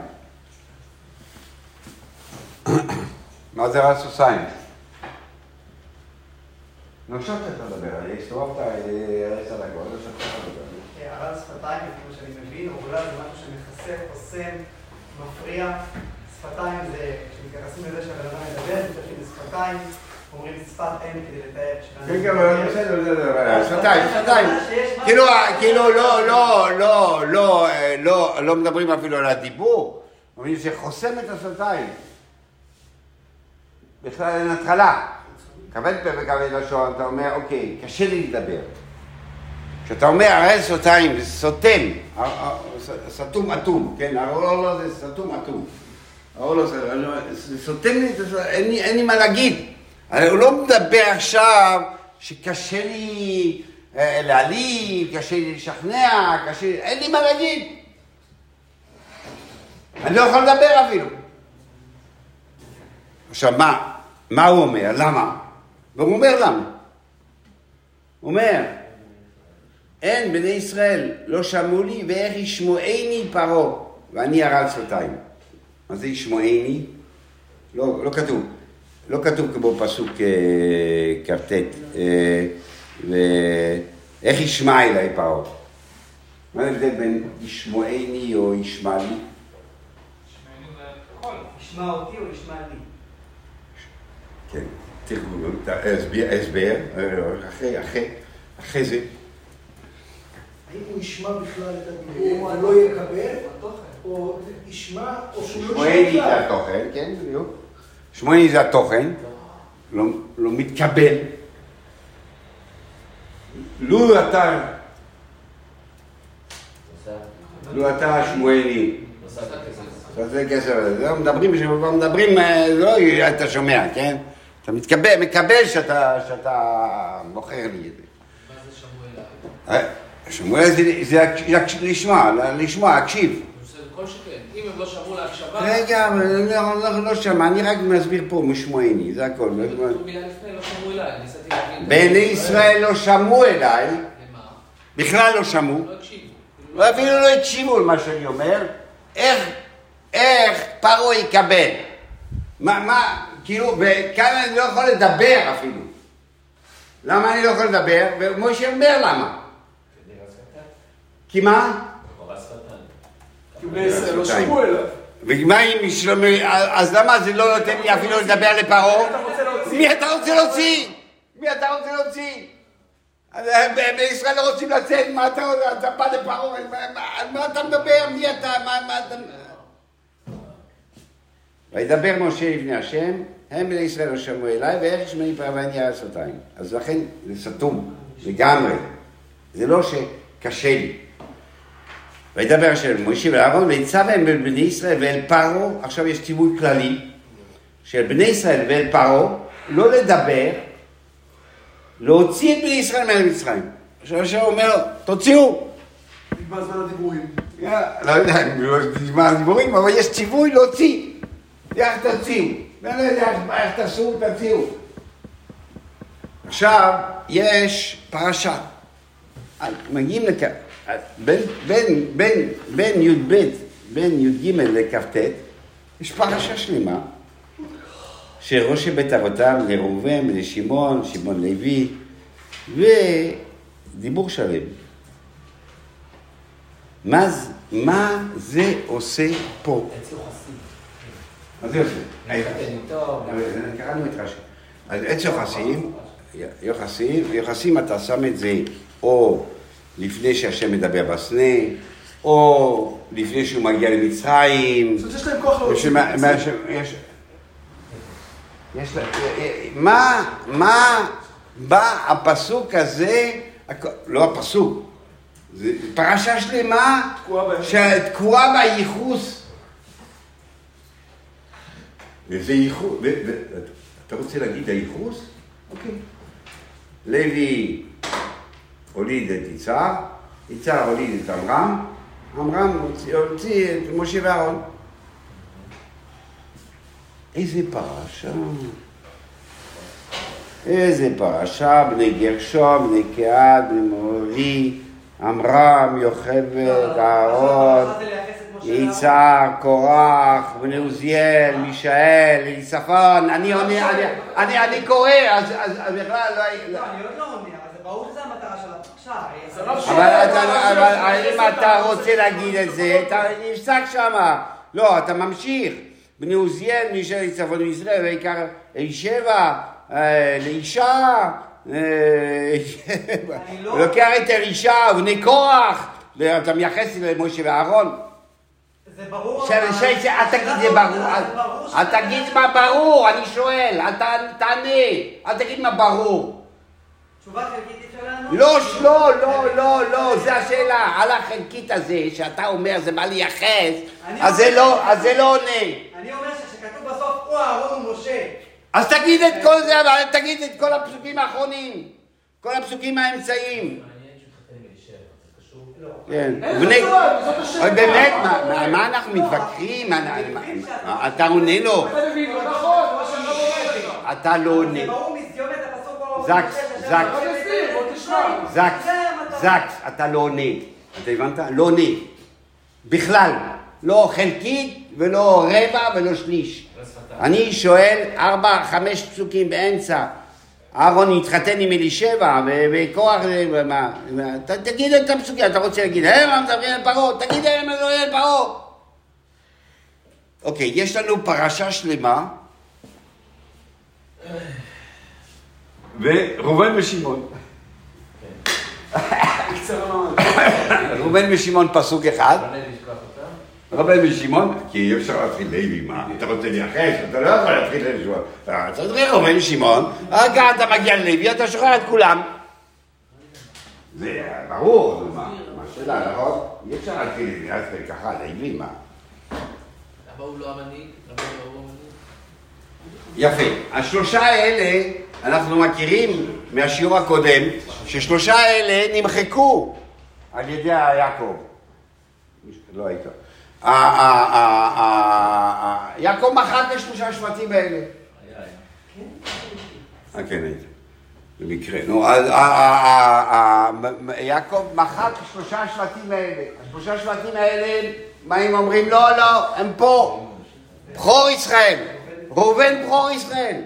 מה זה ארד סוסיים? לא שבת אתה לדבר, הסתובבת 10 דקות, לא שבת אתה לדבר. ארד שפתיים, כמו שאני מבין, או אולי זה משהו שמחשף, חוסם, מפריע. שפתיים זה, כשמתייחסים לזה שהבן אדם מדבר, מתייחסים לשפתיים, אומרים שפת אין כדי לתאר. כן, אבל בסדר, שפתיים. כאילו לא מדברים אפילו על הדיבור, אומרים שחוסם את השפתיים. בכלל אין התחלה. כבד פה וכבד לשון, אתה אומר, אוקיי, קשה לי לדבר. כשאתה אומר, הרי שפתיים, זה סותם, סתום אטום, כן? לא, זה סתום אטום. זה סותם לי, אין לי מה להגיד. הוא לא מדבר עכשיו שקשה לי להעליב, קשה לי לשכנע, אין לי מה להגיד. אני לא יכול לדבר אפילו. עכשיו, מה הוא אומר? למה? והוא אומר למה? הוא אומר, אין בני ישראל לא שמעו לי ואיך ישמעני פרעה ואני ארד שפתיים. מה זה ישמעני? לא כתוב. לא כתוב כמו פסוק כ"ט. איך ישמע אליי פרעה? מה ההבדל בין ישמעני או ישמע לי? ישמעני זה יכול. ישמע אותי או ישמע לי? כן, תרגול, הסבר, אחרי זה. האם הוא ישמע בכלל את הדיבור, הוא לא יקבל, או ישמע, או שהוא לא ישמע בכלל? שמעני זה התוכן, כן, בדיוק. שמעני זה התוכן, לא מתקבל. לו אתה שמעני. זה כסף, מדברים, לא אתה שומע, כן? אתה מקבל שאתה מוכר לי את זה. מה זה שמואל? שמואל זה לשמוע, להקשיב. כל שכן, אם הם לא שמעו להקשבה... רגע, לא שמע, אני רק מסביר פה משמעני, זה הכל. מילה לפני, לא שמעו אליי, ניסיתי להבין. בני ישראל לא שמעו אליי, למה? בכלל לא שמעו. לא הקשיבו. אפילו לא הקשיבו למה שאני אומר. איך פרעה יקבל? כאילו, וכאן אני לא יכול לדבר אפילו. למה אני לא יכול לדבר? ומשה אומר למה. כי מה? כי בני ישראל לא שמעו אליו. ומה אם שלומי, אז למה זה לא נותן לי אפילו לדבר לפרעה? מי אתה רוצה להוציא? בני ישראל לא רוצים לצאת, מה אתה בא לפרעה? על מה אתה מדבר? מי אתה? מה אתה... וידבר משה לפני השם, הם בני ישראל לא שמעו אליי, ואיך ישמעני פרעה ואני ארד שפתיים. אז לכן זה סתום, לגמרי. זה לא שקשה לי. וידבר השם אל משה ואהרון, ויצא בהם אל בני ישראל ואל פרעה, עכשיו יש ציווי כללי, של בני ישראל ואל פרעה, לא לדבר, להוציא את בני ישראל מארץ מצרים. עכשיו השם אומר, תוציאו. נגמר זמן הדיבורים. לא יודע, נגמר הדיבורים, אבל יש ציווי להוציא. איך תוציאו? אני לא יודע איך תעשו, תוציאו. עכשיו, יש פרשה. מגיעים לכאן. בין י"ב, בין י"ג לכ"ט, יש פרשה שלמה, שראש בית אבותם לראובן, לשמעון, שמעון לוי, ודיבור שלם. מה זה עושה פה? מה זה עושה? קראנו את רש"י. אז עץ יוחסים אתה שם את זה או לפני שהשם מדבר בסנה, או לפני שהוא מגיע למצרים. יש להם כוח להוציא. מה בא הפסוק הזה, לא הפסוק, זה פרשה שלמה שתקועה בייחוס. וזה ייחוס, אתה רוצה להגיד הייחוס? אוקיי. לוי הוליד את יצהר, יצהר הוליד את עמרם, עמרם הוציא את משה ואהרון. איזה פרשה, בני גרשום, בני קהת, בני מורי, עמרם, יוכבד, אהרון, יצהר, קורח, בני עוזיאל, מישאל, אליספון. אני קורא, אז בכלל לא... אני עוד לא עונה, אבל זה ברור שזה המטרה של הפרשה. אבל אם אתה רוצה להגיד את זה, אתה נפסק שמה. לא, אתה ממשיך. בני עוזיאל, מישאל, אליספון, מישראל, ועיקר אלישבע, לאישה, לוקח את אלישע, ובני קורח, ואתה מייחס למשה ואהרון. זה ברור. אל תגיד זה ברור. אל תגיד מה ברור, אני שואל, תענה. אל תגיד מה ברור. תשובה חלקית אפשר לענות? לא, זה השאלה. על החלקית הזה, שאתה אומר, זה מה לייחס, אז זה לא עונה. אני אומר שכתוב בסוף, הוא אהרון ומשה. אז תגיד את כל זה, אבל תגיד את כל הפסוקים האחרונים. כל הפסוקים האמצעיים. כן. באמת, מה אנחנו מתווכחים? אתה עונה לו. אתה לא עונה. זקס, אתה לא עונה. אתה הבנת? לא עונה. בכלל. לא חלקית ולא רבע ולא שליש. אני שואל 4-5 פסוקים באמצע. אהרון התחתן עם אלישבע, וכוח, תגיד את הפסוקים, אתה רוצה להגיד, הם מדברים על פרעה, תגיד הם מדברים על פרעה. אוקיי, יש לנו פרשה שלמה, וראובן ושמעון. ראובן ושמעון פסוק אחד. ראובן ושמעון, כי אי אפשר להתחיל לוי, מה? אתה רוצה לייחס, אתה לא יכול להתחיל לוי. אתה צריך ראובן ושמעון, רק אתה מגיע ללוי, אתה שוכר את כולם. זה ברור, מה שאלה, נכון? אי אפשר להתחיל לוי, אז ככה, לוי, מה? למה הוא לא המנהיג? יפה. השלושה האלה, אנחנו מכירים מהשיעור הקודם, ששלושה האלה נמחקו על ידי יעקב. לא היית. יעקב מחק לשלושה שבטים האלה. כן, היית. במקרה. יעקב מחק שלושה שבטים האלה. השלושה שבטים האלה, מה הם אומרים? לא, הם פה. בכור ישראל. ראובן בכור ישראל.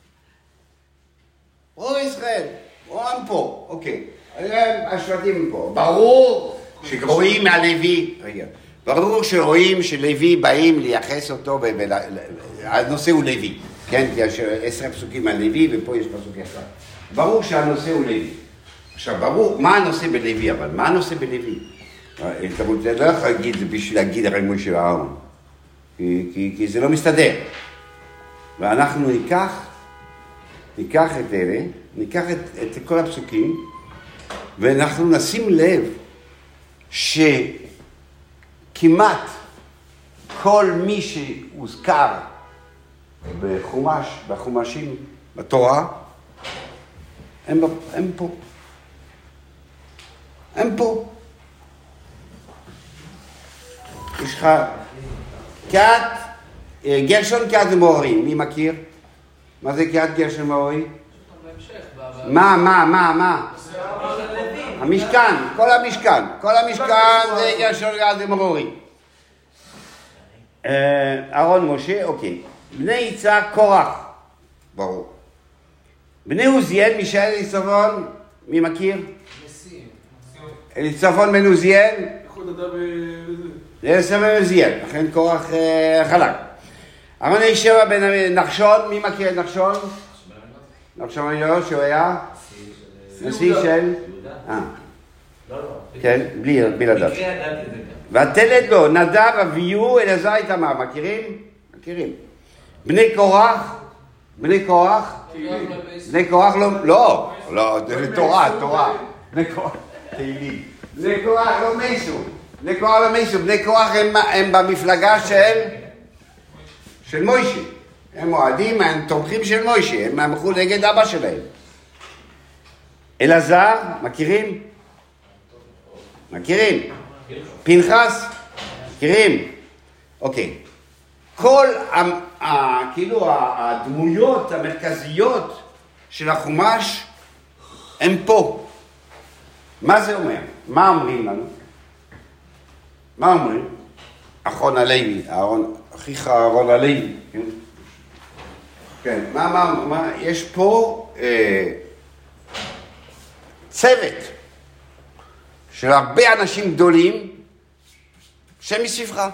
בכור ישראל. הם פה. אוקיי. השבטים הם פה. ברור שרואים מהלוי. רגע. ברור שרואים שלוי באים לייחס אותו, הנושא הוא לוי, כן? יש 10 פסוקים על לוי ופה יש פסוק אחד. ברור שהנושא הוא לוי. עכשיו, ברור, מה הנושא בלוי, אבל מה הנושא בלוי? אתה לא יכול להגיד זה בשביל להגיד הרי משה ואהרון, כי זה לא מסתדר. ואנחנו ניקח את אלה, ניקח את כל הפסוקים, ואנחנו נשים לב כמעט כל מי שהוזכר בחומשים, בתורה, הם פה. הם פה. יש לך גרשון קהת ומאורי, מי מכיר? מה זה קהת גרשון ומאורי? מה? המשכן, כל המשכן זה גרשון קהת ומאורי. אהרון משה, אוקיי. בני יצחק קורח, ברור. בני עוזיאל, מישאל אליצבון, מי מכיר? אליצבון בן עוזיאל? אליצבון בן עוזיאל, לכן קורח חלק. אהרון אלישבע בן נחשון, מי מכיר את נחשון? נחשון בן שהוא היה? נשיא של? כן, בלי לדעת. והתלת לו, נדב, אביהו, אלעזר איתמר, מכירים? בני קורח לא, זה תורה. בני קורח, תהילים. בני קורח לא מייסו. בני קורח הם במפלגה של מוישה. הם אוהדים, הם תומכים של מוישה, הם הלכו נגד אבא שלהם. אלעזר, מכירים? פנחס? מכירים? אוקיי. כל כאילו הדמויות המרכזיות של החומש הם פה. מה זה אומר? מה אומרים לנו? אהרון הלוי, אחיך אהרון הלוי. כן, מה, יש פה צוות של הרבה אנשים גדולים שהם מסביבך.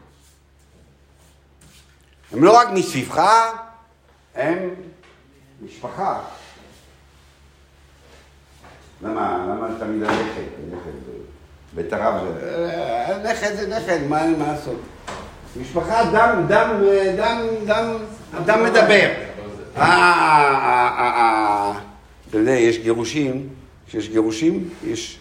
הם לא רק מסביבך, הם משפחה. למה תמיד הנכד? בית הרב זה... נכד זה נכד, מה לעשות? משפחה, דם מדבר. אתה יודע, יש גירושים, יש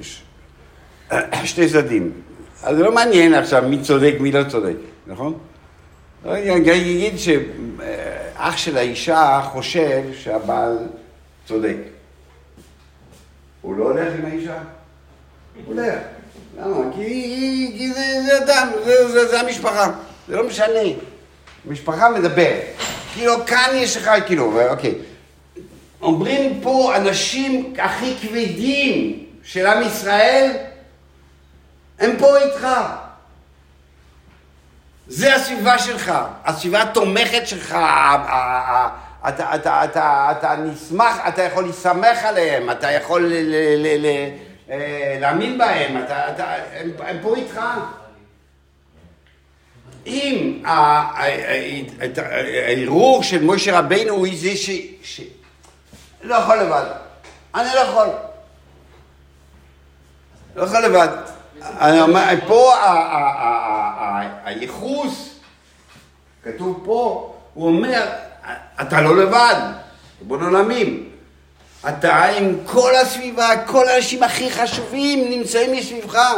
שתי צדדים. אז זה לא מעניין עכשיו מי צודק, מי לא צודק, נכון? אני אגיד שאח של האישה חושב שהבעל צודק. הוא לא הולך עם האישה? הוא הולך. למה? כי זה אדם, זה המשפחה. זה לא משנה. המשפחה מדבר. כאילו, כאן יש לך, כאילו, אוקיי. אומרים פה אנשים הכי כבדים של עם ישראל, הם פה איתך. זה הסביבה שלך, הסביבה התומכת שלך, אתה נשמח, אתה יכול להסמך עליהם, אתה יכול להאמין בהם, הם פה איתך. אם הערעור של משה רבינו הוא זה לא יכול לבד, אני לא יכול לבד. פה הייחוס, כתוב פה, הוא אומר, אתה לא לבד, בון עולמים. אתה עם כל הסביבה, כל האנשים הכי חשובים נמצאים מסביבך. למה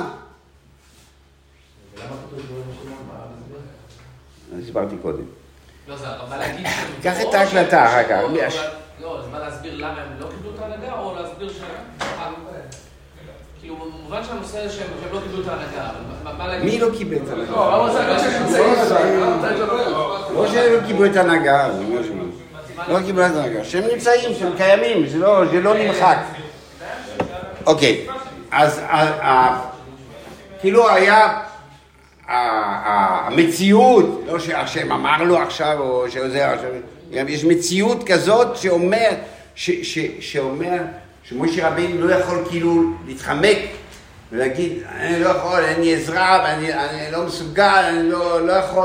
כתוב דברים שלנו? אני הסברתי קודם. לא, זה אבל להגיד... קח את ההקלטה אחר כך. לא, אז מה להסביר למה הם לא קיבלו את ההנהגה, או להסביר כאילו, במובן שהנושא הזה שהם לא קיבלו את ההנהגה, אבל מה להגיד... מי לא קיבל את ההנהגה? לא שהם לא קיבלו את ההנהגה, לא קיבלו את ההנהגה. שהם נמצאים, שהם קיימים, זה לא נמחק. אוקיי, אז כאילו היה המציאות, לא שהשם אמר לו עכשיו, או שעוזר עכשיו, יש מציאות כזאת שאומר שמשה רבינו לא יכול כאילו להתחמק ולהגיד, אני לא יכול, אין לי עזרה, אני לא מסוגל, אני לא יכול.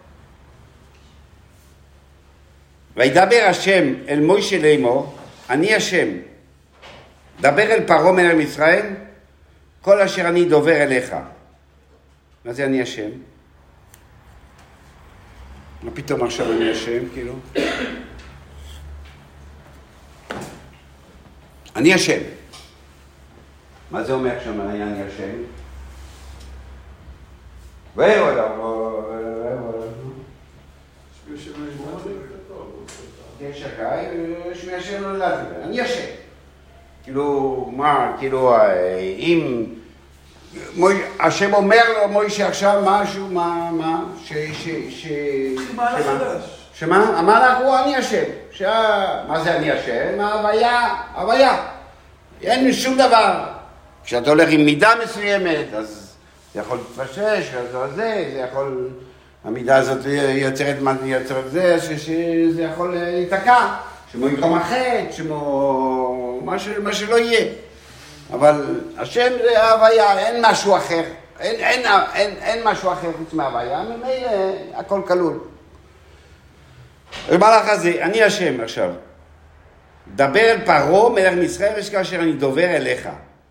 וידבר השם אל משה לאמור, אני השם, דבר אל פרעה מלך מצרים, כל אשר אני דובר אליך. מה זה אני השם? מה פתאום עכשיו אני השם, כאילו? אני השם. מה זה אומר שם אני השם? ויראו אדם, שמי השם לא לדעת, אני השם. כאילו, מה, כאילו, אם השם אומר לו, מוישה עכשיו משהו, מה, שמה? המלאך הוא אני השם. מה זה אני השם? ההוויה. אין שום דבר. כשאתה הולך עם מידה מסוימת, אז זה יכול להתפשש, זה יכול... המידה הזאת יוצרת זה, שזה יכול להתקע, שמו יגרום החטא, שמו... מה שלא יהיה. אבל השם זה ההוויה, אין משהו אחר. אין משהו אחר חוץ מההוויה, ממילא הכל כלול. במהלך הזה, אני השם עכשיו. דבר אל פרעה, מלך מצרים, כאשר אני דובר אליך.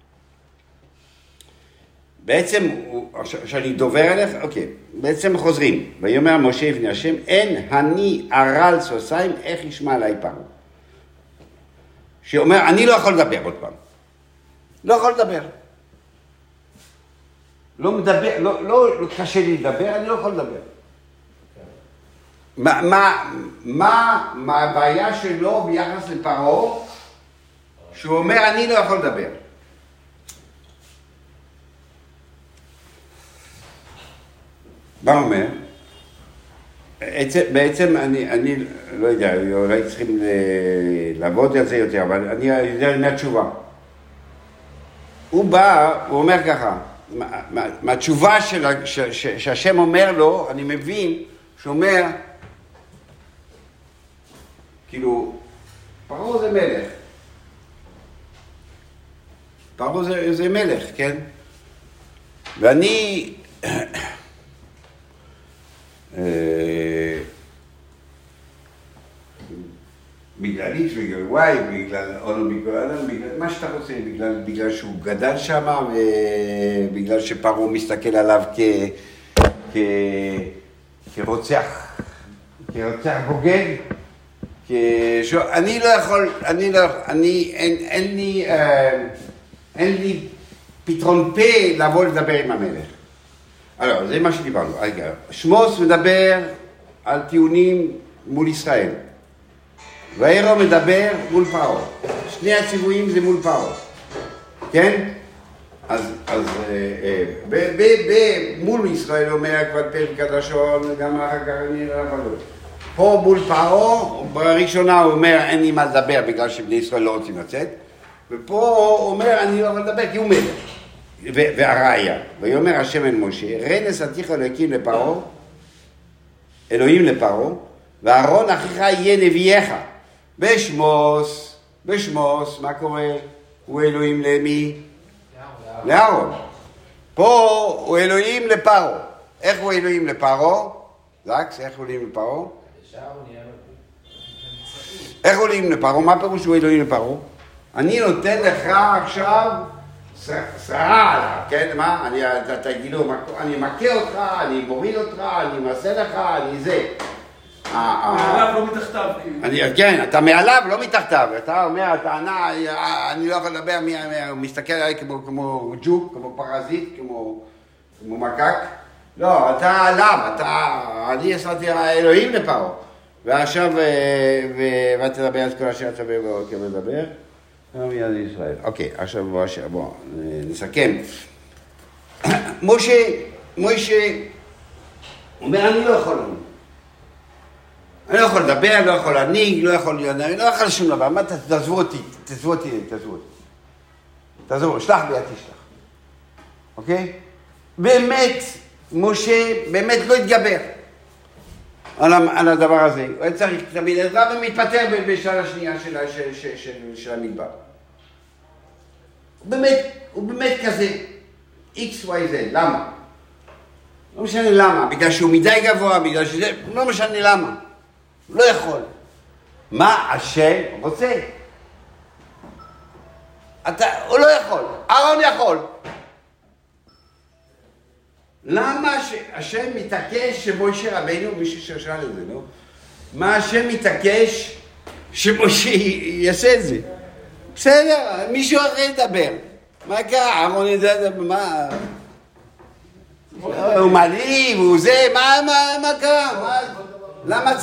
בעצם, כשאני דובר אליך, אוקיי, בעצם חוזרים. ויאמר משה לפני השם, אין אני ארל סוסיים, איך ישמע עליי פרעה. שאומר, אני לא יכול לדבר עוד פעם. לא יכול לדבר. לא מדבר, לא קשה לי לדבר, אני לא יכול לדבר. מה הבעיה שלו ביחס לפרעה, שהוא אומר, אני לא יכול לדבר. מה אומר? בעצם אני לא יודע, אולי צריכים לעבוד על זה יותר, אבל אני יודע מהתשובה. הוא בא, הוא אומר ככה, מהתשובה שהשם אומר לו, אני מבין, שהוא אומר, כאילו, פרעה זה מלך. פרעה זה מלך, כן? ואני... בגלל איש, בגלל וואי, בגלל אונו, בגלל מה שאתה רוצה, בגלל שהוא גדל שם, ובגלל שפרעה מסתכל עליו כרוצח בוגד, אני לא יכול, אין לי פתרון פה לבוא לדבר עם המלך. alors, זה מה שדיברנו. שמוס מדבר על טיעונים מול ישראל. וירא מדבר מול פרעה. שני הציוויים זה מול פרעה. כן? אז מול ישראל אומר כבר פרק הלשון, גם אחר כך אני לא יכול. פה מול פרעה, בראשונה הוא אומר אין לי מה לדבר בגלל שבני ישראל לא רוצים לצאת. ופה הוא אומר אני לא יכול לדבר כי הוא מלך. והראיה, ויאמר השם אל משה, ראה נשאתיך אלוהים לפרעה, ואהרון אחיך יהיה נביאך. בשמוס, מה קורה? הוא אלוהים למי? לאהרון. פה הוא אלוהים לפרעה. איך הוא אלוהים לפרעה? זקס, איך הוא אלוהים לפרעה? איך הוא אלוהים לפרעה? מה פירוש הוא אלוהים לפרעה? אני נותן לך עכשיו שרה עליו, כן? מה? אתה תגידו, אני מכה אותך, אני מוריד אותך, אני מעשה לך, אני זה. מעליו לא מתחתיו. כן, אתה מעליו לא מתחתיו. אתה אומר, הטענה, אני לא יכול לדבר, הוא מסתכל עליי כמו ג'וק, כמו פרזיט, כמו מקק. לא, אתה עליו, אני עשיתי אלוהים לפרעה. ועכשיו, ותדבר על כל אשר אתה מדבר. מיד ישראל. אוקיי, עכשיו בוא נסכם. משה אומר, אני לא יכול. אני לא יכול לדבר, לא יכול להנהיג, לא יכול שום דבר. מה, תעזבו אותי. תעזבו, שלח ביד תשלח. אוקיי? באמת, משה באמת לא התגבר על הדבר הזה. הוא צריך תמיד עזרה ומתפטר בשעה השנייה של המדבר. הוא באמת כזה, X, Y, Z, למה? לא משנה למה, בגלל שהוא מדי גבוה, בגלל שזה, לא משנה למה. הוא לא יכול. מה השם רוצה? הוא לא יכול, אהרון יכול. למה השם מתעקש שמשה רבינו, מישהו ששאל את זה, לא? מה השם מתעקש שמשה יעשה את זה? בסדר, מישהו אחר ידבר. מה קרה? אהרון ידבר, מה? הוא מעליב, הוא זה, מה קרה? למה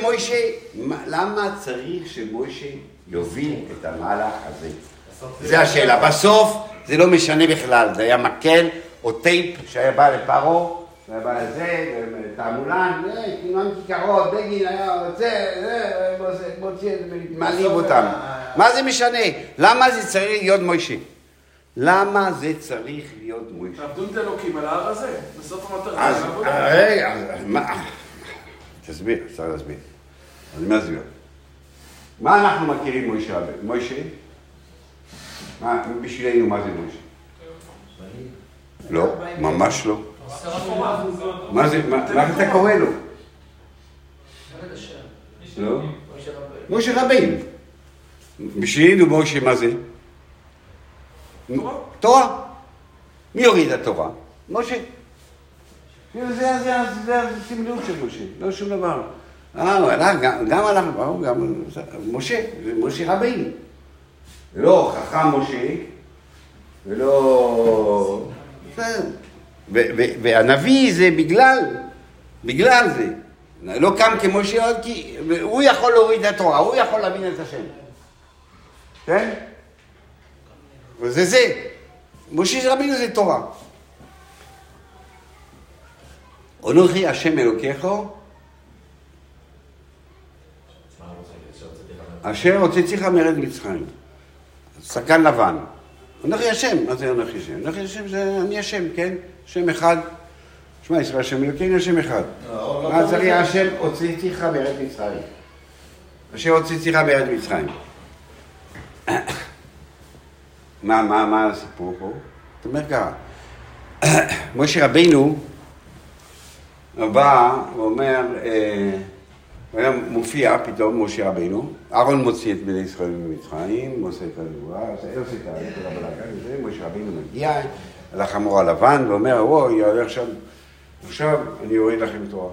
צריך שמוישה יוביל את המהלך הזה? זה השאלה. בסוף זה לא משנה בכלל, זה היה מקל או טייפ שהיה בא לפרו, היה בא לזה, תעמולן, כמעט כיכרות, בגין היה רוצה, מעליב אותם. מה זה משנה? למה זה צריך להיות מוישה? למה זה צריך להיות מוישה? עבדו את אלוקים על ההר הזה, בסוף המטרה. רגע, תסביר, צריך להסביר. אני מסביר. מה אנחנו מכירים מוישה? בשבילנו מה זה מוישה? לא, ממש לא. מה אתה קורא לו? לא? מוישה רבינו. בשבילנו מוישה מה זה? תורה. מי הוריד את התורה? משה. זה הסמלות של משה, לא שום דבר. גם אנחנו, גם משה, זה משה רבינו. ולא חכם משה, ולא... והנביא זה בגלל זה. לא קם כמשה, כי הוא יכול להוריד את התורה, הוא יכול להבין את השם. כן? וזה זה. משה רבינו זה תורה. אנוכי השם אלוקיך, אשר הוצאתיך מארץ מצרים. שקן לבן. אנוכי השם, מה זה אנוכי השם? אנוכי השם זה אני השם, כן? שם אחד. שמע ישראל השם אלוקינו, השם אחד. מה צריך השם הוצאתיך מארץ מצרים? אשר הוצאתיך מארץ מצרים. מה הסיפור פה? זאת אומרת ככה, משה רבינו בא ואומר, הוא היה מופיע פתאום משה רבינו, אהרון מוציא את בני ישראל ממצרים, משה כדורה, עושה את הבלגן הזה, משה רבינו מגיע על החמור הלבן ואומר, וואי, עכשיו אני אוריד לכם תורה.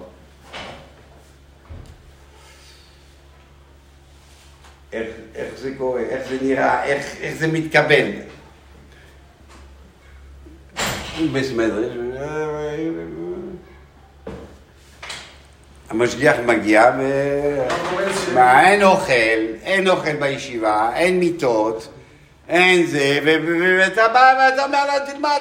איך זה קורה, איך זה נראה, איך זה מתקבל. בסמדרש, המשגיח מגיע מה, אין אוכל בישיבה, אין מיטות, אין זה, ואתה בא ואתה אומר לה, תלמד.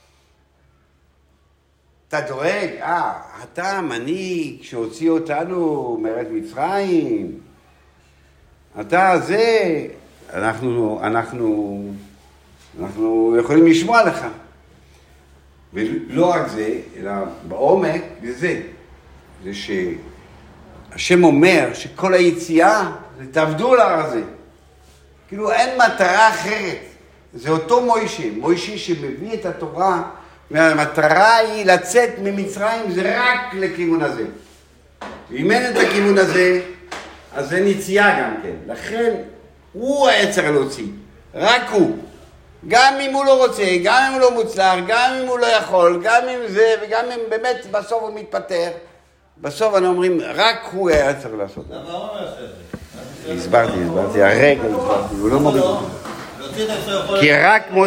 אתה דואג, אתה המנהיג שהוציא אותנו מארץ מצרים, אתה זה, אנחנו יכולים לשמוע לך. ולא רק זה, אלא בעומק זה שהשם אומר שכל היציאה זה תעבדו על ההר הזה. כאילו אין מטרה אחרת. זה אותו מוישה שמביא את התורה, והמטרה היא לצאת ממצרים, זה רק לכיוון הזה. ואם אין את הכיוון הזה, אז זה נציאה גם כן. לכן הוא היה צריך להוציא. רק הוא. גם אם הוא לא רוצה, גם אם הוא לא מוצלח, גם אם הוא לא יכול, גם אם זה, וגם אם באמת בסוף הוא מתפטר. בסוף אנחנו אומרים, רק הוא היה צריך לעשות. למה הוא אומר שזה? הסברתי, הרגע הסברתי, הוא לא מוריד. כי רק